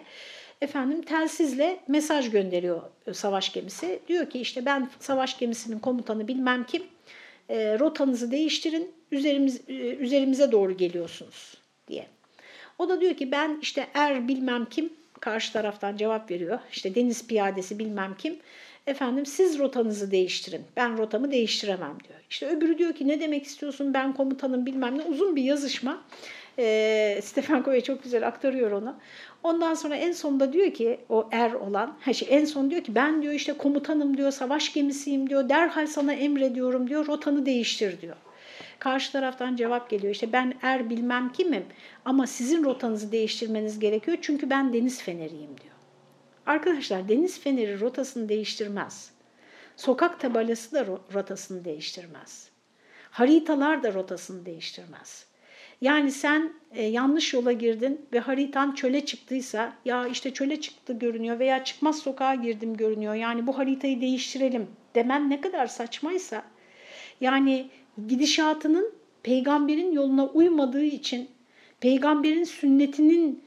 Telsizle mesaj gönderiyor savaş gemisi. Diyor ki işte ben savaş gemisinin komutanı bilmem kim, rotanızı değiştirin, üzerimize doğru geliyorsunuz diye. O da diyor ki ben işte bilmem kim, karşı taraftan cevap veriyor. İşte deniz piyadesi bilmem kim. Siz rotanızı değiştirin. Ben rotamı değiştiremem diyor. İşte öbürü diyor ki ne demek istiyorsun, ben komutanım bilmem ne. Uzun bir yazışma. Stephen Covey çok güzel aktarıyor onu. Ondan sonra en sonunda diyor ki o olan en son diyor ki ben diyor işte komutanım diyor, savaş gemisiyim diyor, derhal sana emrediyorum diyor, rotanı değiştir diyor. Karşı taraftan cevap geliyor işte ben bilmem kimim ama sizin rotanızı değiştirmeniz gerekiyor çünkü ben deniz feneriyim diyor. Arkadaşlar deniz feneri rotasını değiştirmez. Sokak tabelası da rotasını değiştirmez. Haritalar da rotasını değiştirmez. Yani sen yanlış yola girdin ve haritan çöle çıktıysa ya işte çöle çıktı görünüyor veya çıkmaz sokağa girdim görünüyor. Yani bu haritayı değiştirelim demen ne kadar saçmaysa yani gidişatının peygamberin yoluna uymadığı için peygamberin sünnetinin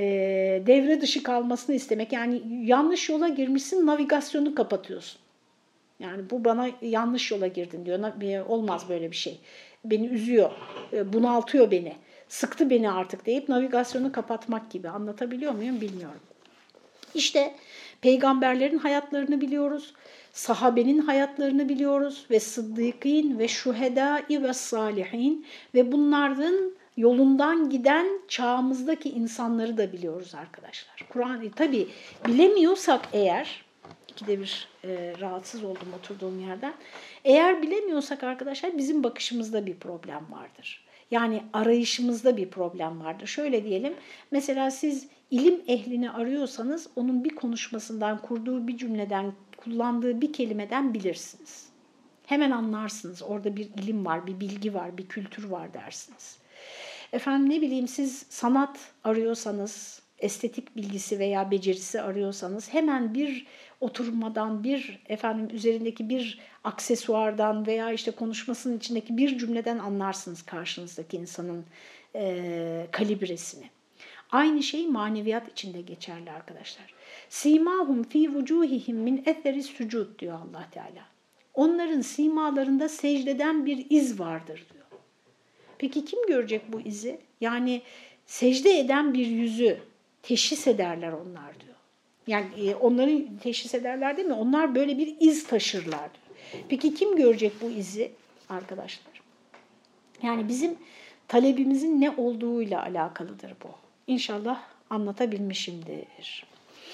devre dışı kalmasını istemek. Yani yanlış yola girmişsin, navigasyonu kapatıyorsun. Yani bu bana yanlış yola girdin diyor. Olmaz böyle bir şey. Beni üzüyor, bunaltıyor beni, sıktı beni artık deyip navigasyonu kapatmak gibi. Anlatabiliyor muyum bilmiyorum. İşte peygamberlerin hayatlarını biliyoruz, sahabenin hayatlarını biliyoruz ve sıddıkîn ve şuhedâi ve salihin ve bunların yolundan giden çağımızdaki insanları da biliyoruz arkadaşlar. Kur'an tabii bilemiyorsak eğer, ikide bir rahatsız oldum oturduğum yerden. Eğer bilemiyorsak arkadaşlar bizim bakışımızda bir problem vardır. Yani arayışımızda bir problem vardır. Şöyle diyelim, mesela siz ilim ehlini arıyorsanız onun bir konuşmasından, kurduğu bir cümleden, kullandığı bir kelimeden bilirsiniz. Hemen anlarsınız. Orada bir ilim var, bir bilgi var, bir kültür var dersiniz. Efendim ne bileyim, siz sanat arıyorsanız, estetik bilgisi veya becerisi arıyorsanız hemen bir oturmadan, üzerindeki bir aksesuardan veya işte konuşmasının içindeki bir cümleden anlarsınız karşınızdaki insanın kalibresini. Aynı şey maneviyat içinde geçerli arkadaşlar. Simahum fi vucuhihim min etheris sucud diyor Allah Teala. Onların simalarında secdeden bir iz vardır diyor. Peki kim görecek bu izi? Yani secde eden bir yüzü teşhis ederler onlar diyor. Yani onları teşhis ederler değil mi? Onlar böyle bir iz taşırlar diyor. Peki kim görecek bu izi arkadaşlar? Yani bizim talebimizin ne olduğuyla alakalıdır bu. İnşallah anlatabilmişimdir.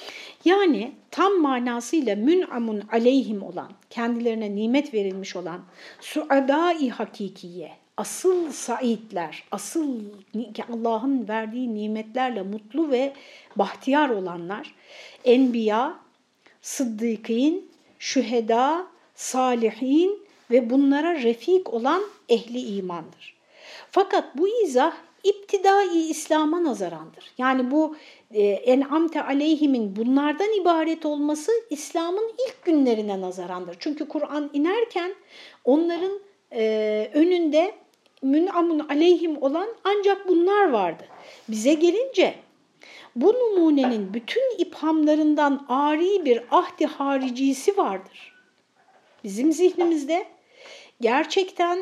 Yani tam manasıyla mün'amun aleyhim olan, kendilerine nimet verilmiş olan suadâ-i hakikiye, asıl saidler, asıl Allah'ın verdiği nimetlerle mutlu ve bahtiyar olanlar, enbiya, sıddıkîn, şühedâ, salihin ve bunlara refik olan ehli imandır. Fakat bu izah İptidai İslam'a nazarandır. Yani bu en'amte aleyhimin bunlardan ibaret olması İslam'ın ilk günlerine nazarandır. Çünkü Kur'an inerken onların önünde mün'amun aleyhim olan ancak bunlar vardı. Bize gelince bu numunenin bütün iphamlarından ari bir ahdi haricisi vardır. Bizim zihnimizde gerçekten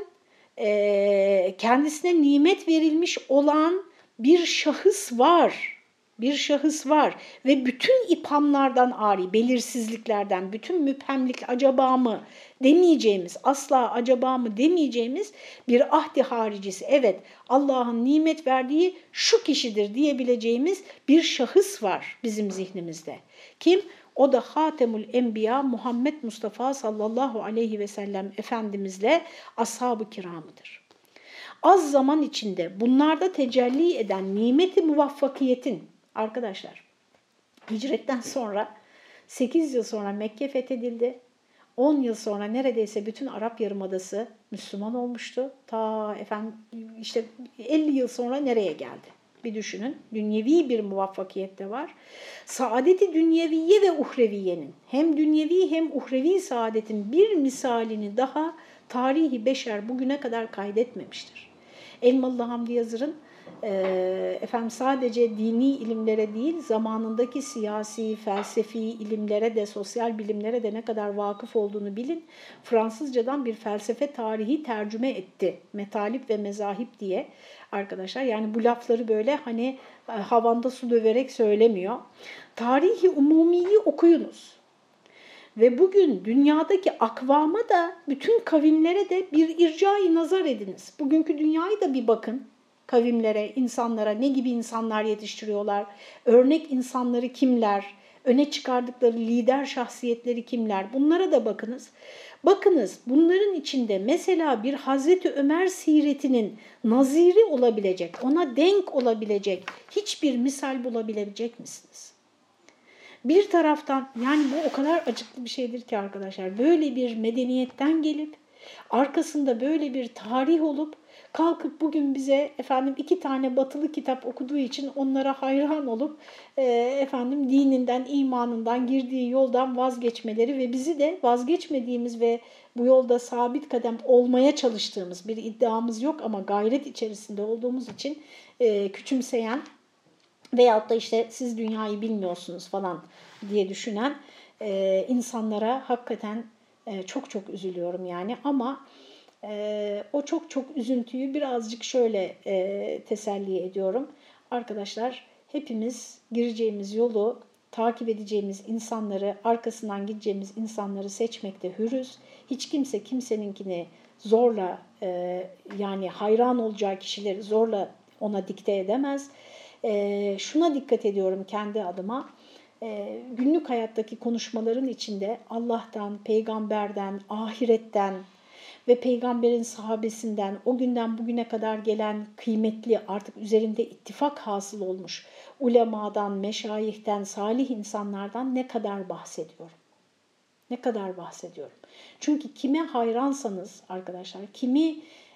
kendisine nimet verilmiş olan bir şahıs var. Bir şahıs var ve bütün iphamlardan ari, belirsizliklerden, bütün müphemlik, acaba mı demeyeceğimiz, asla acaba mı demeyeceğimiz bir ahdi haricisi. Evet, Allah'ın nimet verdiği şu kişidir diyebileceğimiz bir şahıs var bizim zihnimizde. Kim? O da Hatemül Enbiya Muhammed Mustafa sallallahu aleyhi ve sellem Efendimizle ashab-ı kiramıdır. Az zaman içinde bunlarda tecelli eden nimeti muvaffakiyetin, arkadaşlar, hicretten sonra 8 yıl sonra Mekke fethedildi. 10 yıl sonra neredeyse bütün Arap Yarımadası Müslüman olmuştu. Ta işte 50 yıl sonra nereye geldi? Bir düşünün. Dünyevi bir muvaffakiyet de var. Saadeti dünyeviye ve uhreviyenin, hem dünyevi hem uhrevi saadetin bir misalini daha tarihi beşer bugüne kadar kaydetmemiştir. Elmalı Hamdi Yazır'ın sadece dini ilimlere değil, zamanındaki siyasi, felsefi ilimlere de, sosyal bilimlere de ne kadar vakıf olduğunu bilin. Fransızcadan bir felsefe tarihi tercüme etti. Metalip ve mezahip diye arkadaşlar. Yani bu lafları böyle hani havanda su döverek söylemiyor. Tarihi umumiyi okuyunuz. Ve bugün dünyadaki akvama da, bütün kavimlere de bir irca-i nazar ediniz. Bugünkü dünyayı da bir bakın. Kavimlere, insanlara ne gibi insanlar yetiştiriyorlar? Örnek insanları kimler? Öne çıkardıkları lider şahsiyetleri kimler? Bunlara da bakınız. Bakınız, bunların içinde mesela bir Hazreti Ömer siretinin naziri olabilecek, ona denk olabilecek hiçbir misal bulabilecek misiniz? Bir taraftan, yani bu o kadar acıklı bir şeydir ki arkadaşlar, böyle bir medeniyetten gelip arkasında böyle bir tarih olup kalkıp bugün bize 2 tane batılı kitap okuduğu için onlara hayran olup dininden, imanından, girdiği yoldan vazgeçmeleri ve bizi de vazgeçmediğimiz ve bu yolda sabit kadem olmaya çalıştığımız, bir iddiamız yok ama gayret içerisinde olduğumuz için küçümseyen veyahut da işte siz dünyayı bilmiyorsunuz falan diye düşünen insanlara hakikaten çok çok üzülüyorum yani. Ama o çok çok üzüntüyü birazcık şöyle teselli ediyorum. Arkadaşlar, hepimiz gireceğimiz yolu, takip edeceğimiz insanları, arkasından gideceğimiz insanları seçmekte hürüz. Hiç kimse kimseninkini zorla yani hayran olacağı kişileri zorla ona dikte edemez. Şuna dikkat ediyorum kendi adıma. Günlük hayattaki konuşmaların içinde Allah'tan, peygamberden, ahiretten ve peygamberin sahabesinden o günden bugüne kadar gelen kıymetli, artık üzerinde ittifak hasıl olmuş ulemadan, meşayihten, salih insanlardan ne kadar bahsediyorum. Ne kadar bahsediyorum. Çünkü kime hayransanız arkadaşlar, kimi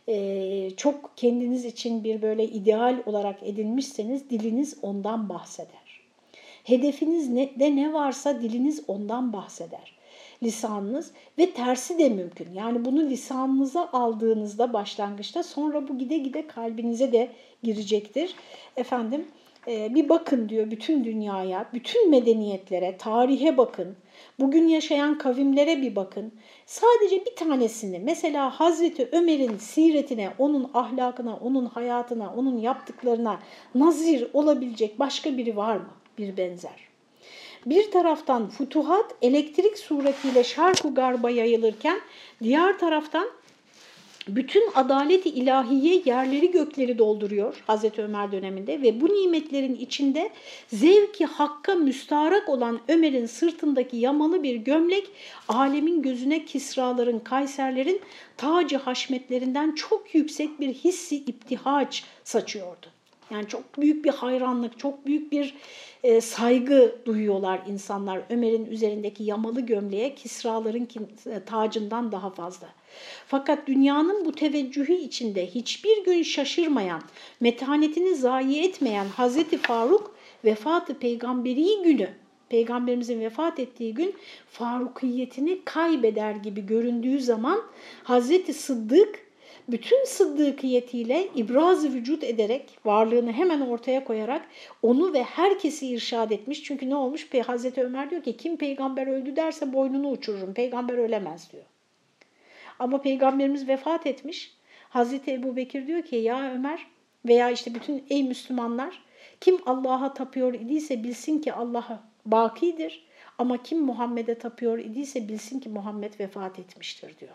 çok kendiniz için bir böyle ideal olarak edinmişseniz diliniz ondan bahseder. Hedefiniz ne varsa diliniz ondan bahseder. Lisanınız ve tersi de mümkün. Yani bunu lisanınıza aldığınızda başlangıçta sonra bu gide gide kalbinize de girecektir. Efendim bir bakın diyor bütün dünyaya, bütün medeniyetlere, tarihe bakın. Bugün yaşayan kavimlere bir bakın. Sadece bir tanesini, mesela Hazreti Ömer'in siretine, onun ahlakına, onun hayatına, onun yaptıklarına nazir olabilecek başka biri var mı? Bir benzer. Bir taraftan fütuhat elektrik suretiyle şark-ı garba yayılırken, diğer taraftan bütün adalet-i ilahiye yerleri gökleri dolduruyor Hazreti Ömer döneminde ve bu nimetlerin içinde zevki hakka müstarak olan Ömer'in sırtındaki yamalı bir gömlek alemin gözüne Kisraların, Kayserlerin tacı haşmetlerinden çok yüksek bir hissi iptihaç saçıyordu. Yani çok büyük bir hayranlık, çok büyük bir saygı duyuyorlar insanlar Ömer'in üzerindeki yamalı gömleğe Kisraların tacından daha fazla. Fakat dünyanın bu teveccühü içinde hiçbir gün şaşırmayan, metanetini zayi etmeyen Hazreti Faruk vefatı peygamberi günü, Peygamberimizin vefat ettiği gün farukiyetini kaybeder gibi göründüğü zaman Hazreti Sıddık bütün sıddıkiyetiyle ibraz-ı vücut ederek, varlığını hemen ortaya koyarak onu ve herkesi irşad etmiş. Çünkü ne olmuş? Hazreti Ömer diyor ki kim peygamber öldü derse boynunu uçururum, peygamber ölemez diyor. Ama peygamberimiz vefat etmiş. Hazreti Ebubekir diyor ki ya Ömer veya işte bütün ey Müslümanlar, kim Allah'a tapıyor idiyse bilsin ki Allah bakidir. Ama kim Muhammed'e tapıyor idiyse bilsin ki Muhammed vefat etmiştir diyor.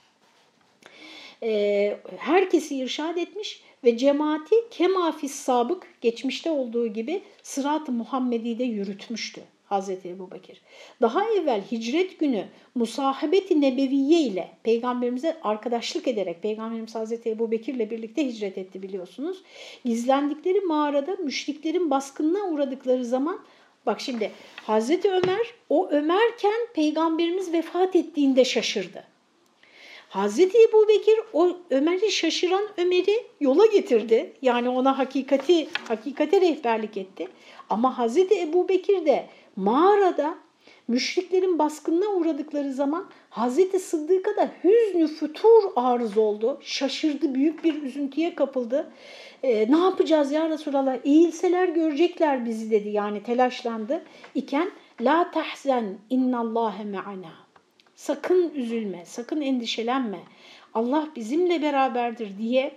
Herkesi irşad etmiş ve cemaati kemafis sabık, geçmişte olduğu gibi sırat-ı Muhammedi'de yürütmüştü Hazreti Ebubekir. Daha evvel hicret günü musahebeti nebeviye ile peygamberimize arkadaşlık ederek, peygamberimiz Hazreti Ebubekir'le birlikte hicret etti biliyorsunuz. Gizlendikleri mağarada müşriklerin baskınına uğradıkları zaman, bak şimdi Hazreti Ömer, o Ömerken peygamberimiz vefat ettiğinde şaşırdı. Hazreti Ebubekir o Ömer'i şaşıran Ömer'i yola getirdi. Yani ona hakikate rehberlik etti. Ama Hazreti Ebubekir de mağarada müşriklerin baskınına uğradıkları zaman Hazreti Sıddık'a da hüznü fütur arız oldu. Şaşırdı, büyük bir üzüntüye kapıldı. Ne yapacağız ya Resulallah? Eğilseler görecekler bizi dedi. Yani telaşlandı iken la tahzen innallâhe me'ana. Sakın üzülme, sakın endişelenme. Allah bizimle beraberdir diye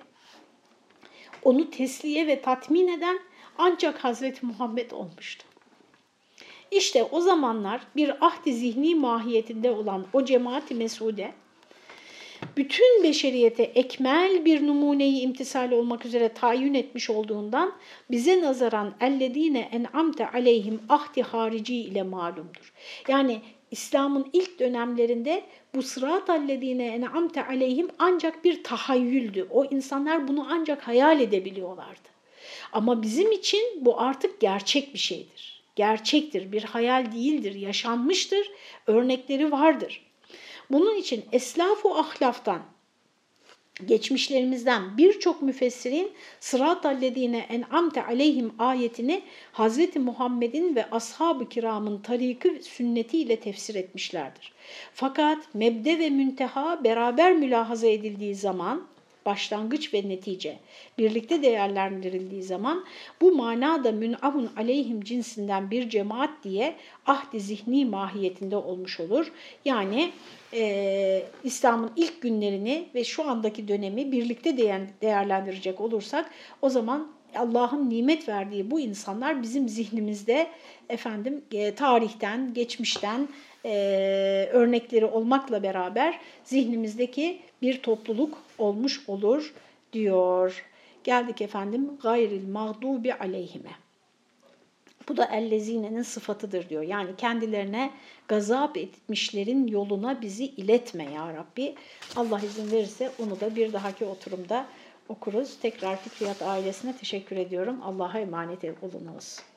onu tesliye ve tatmin eden ancak Hazreti Muhammed olmuştu. İşte o zamanlar bir ahd-i zihni mahiyetinde olan o cemaat-i mesude, bütün beşeriyete ekmel bir numuneyi imtisal olmak üzere tayin etmiş olduğundan bize nazaran ellezine en'amte aleyhim ahdi harici ile malumdur. Yani İslam'ın ilk dönemlerinde bu sırat-ellezine en'amte aleyhim ancak bir tahayyüldü. O insanlar bunu ancak hayal edebiliyorlardı. Ama bizim için bu artık gerçek bir şeydir. Gerçektir, bir hayal değildir, yaşanmıştır, örnekleri vardır. Bunun için eslaf-ı ahlaftan, geçmişlerimizden birçok müfessirin sırat-ellezine en'amte aleyhim ayetini Hz. Muhammed'in ve ashab-ı kiramın tariki sünnetiyle tefsir etmişlerdir. Fakat mebde ve münteha beraber mülahaza edildiği zaman, başlangıç ve netice birlikte değerlendirildiği zaman bu manada mün'amun aleyhim cinsinden bir cemaat diye ahd-i zihni mahiyetinde olmuş olur. Yani İslam'ın ilk günlerini ve şu andaki dönemi birlikte değerlendirecek olursak o zaman Allah'ın nimet verdiği bu insanlar bizim zihnimizde tarihten, geçmişten örnekleri olmakla beraber zihnimizdeki bir topluluk olmuş olur diyor. Geldik efendim gayril mağdubi aleyhime. Bu da ellezinenin sıfatıdır diyor. Yani kendilerine gazap etmişlerin yoluna bizi iletme ya Rabbi. Allah izin verirse onu da bir dahaki oturumda okuruz. Tekrar Fikriyat ailesine teşekkür ediyorum. Allah'a emanet olunuz.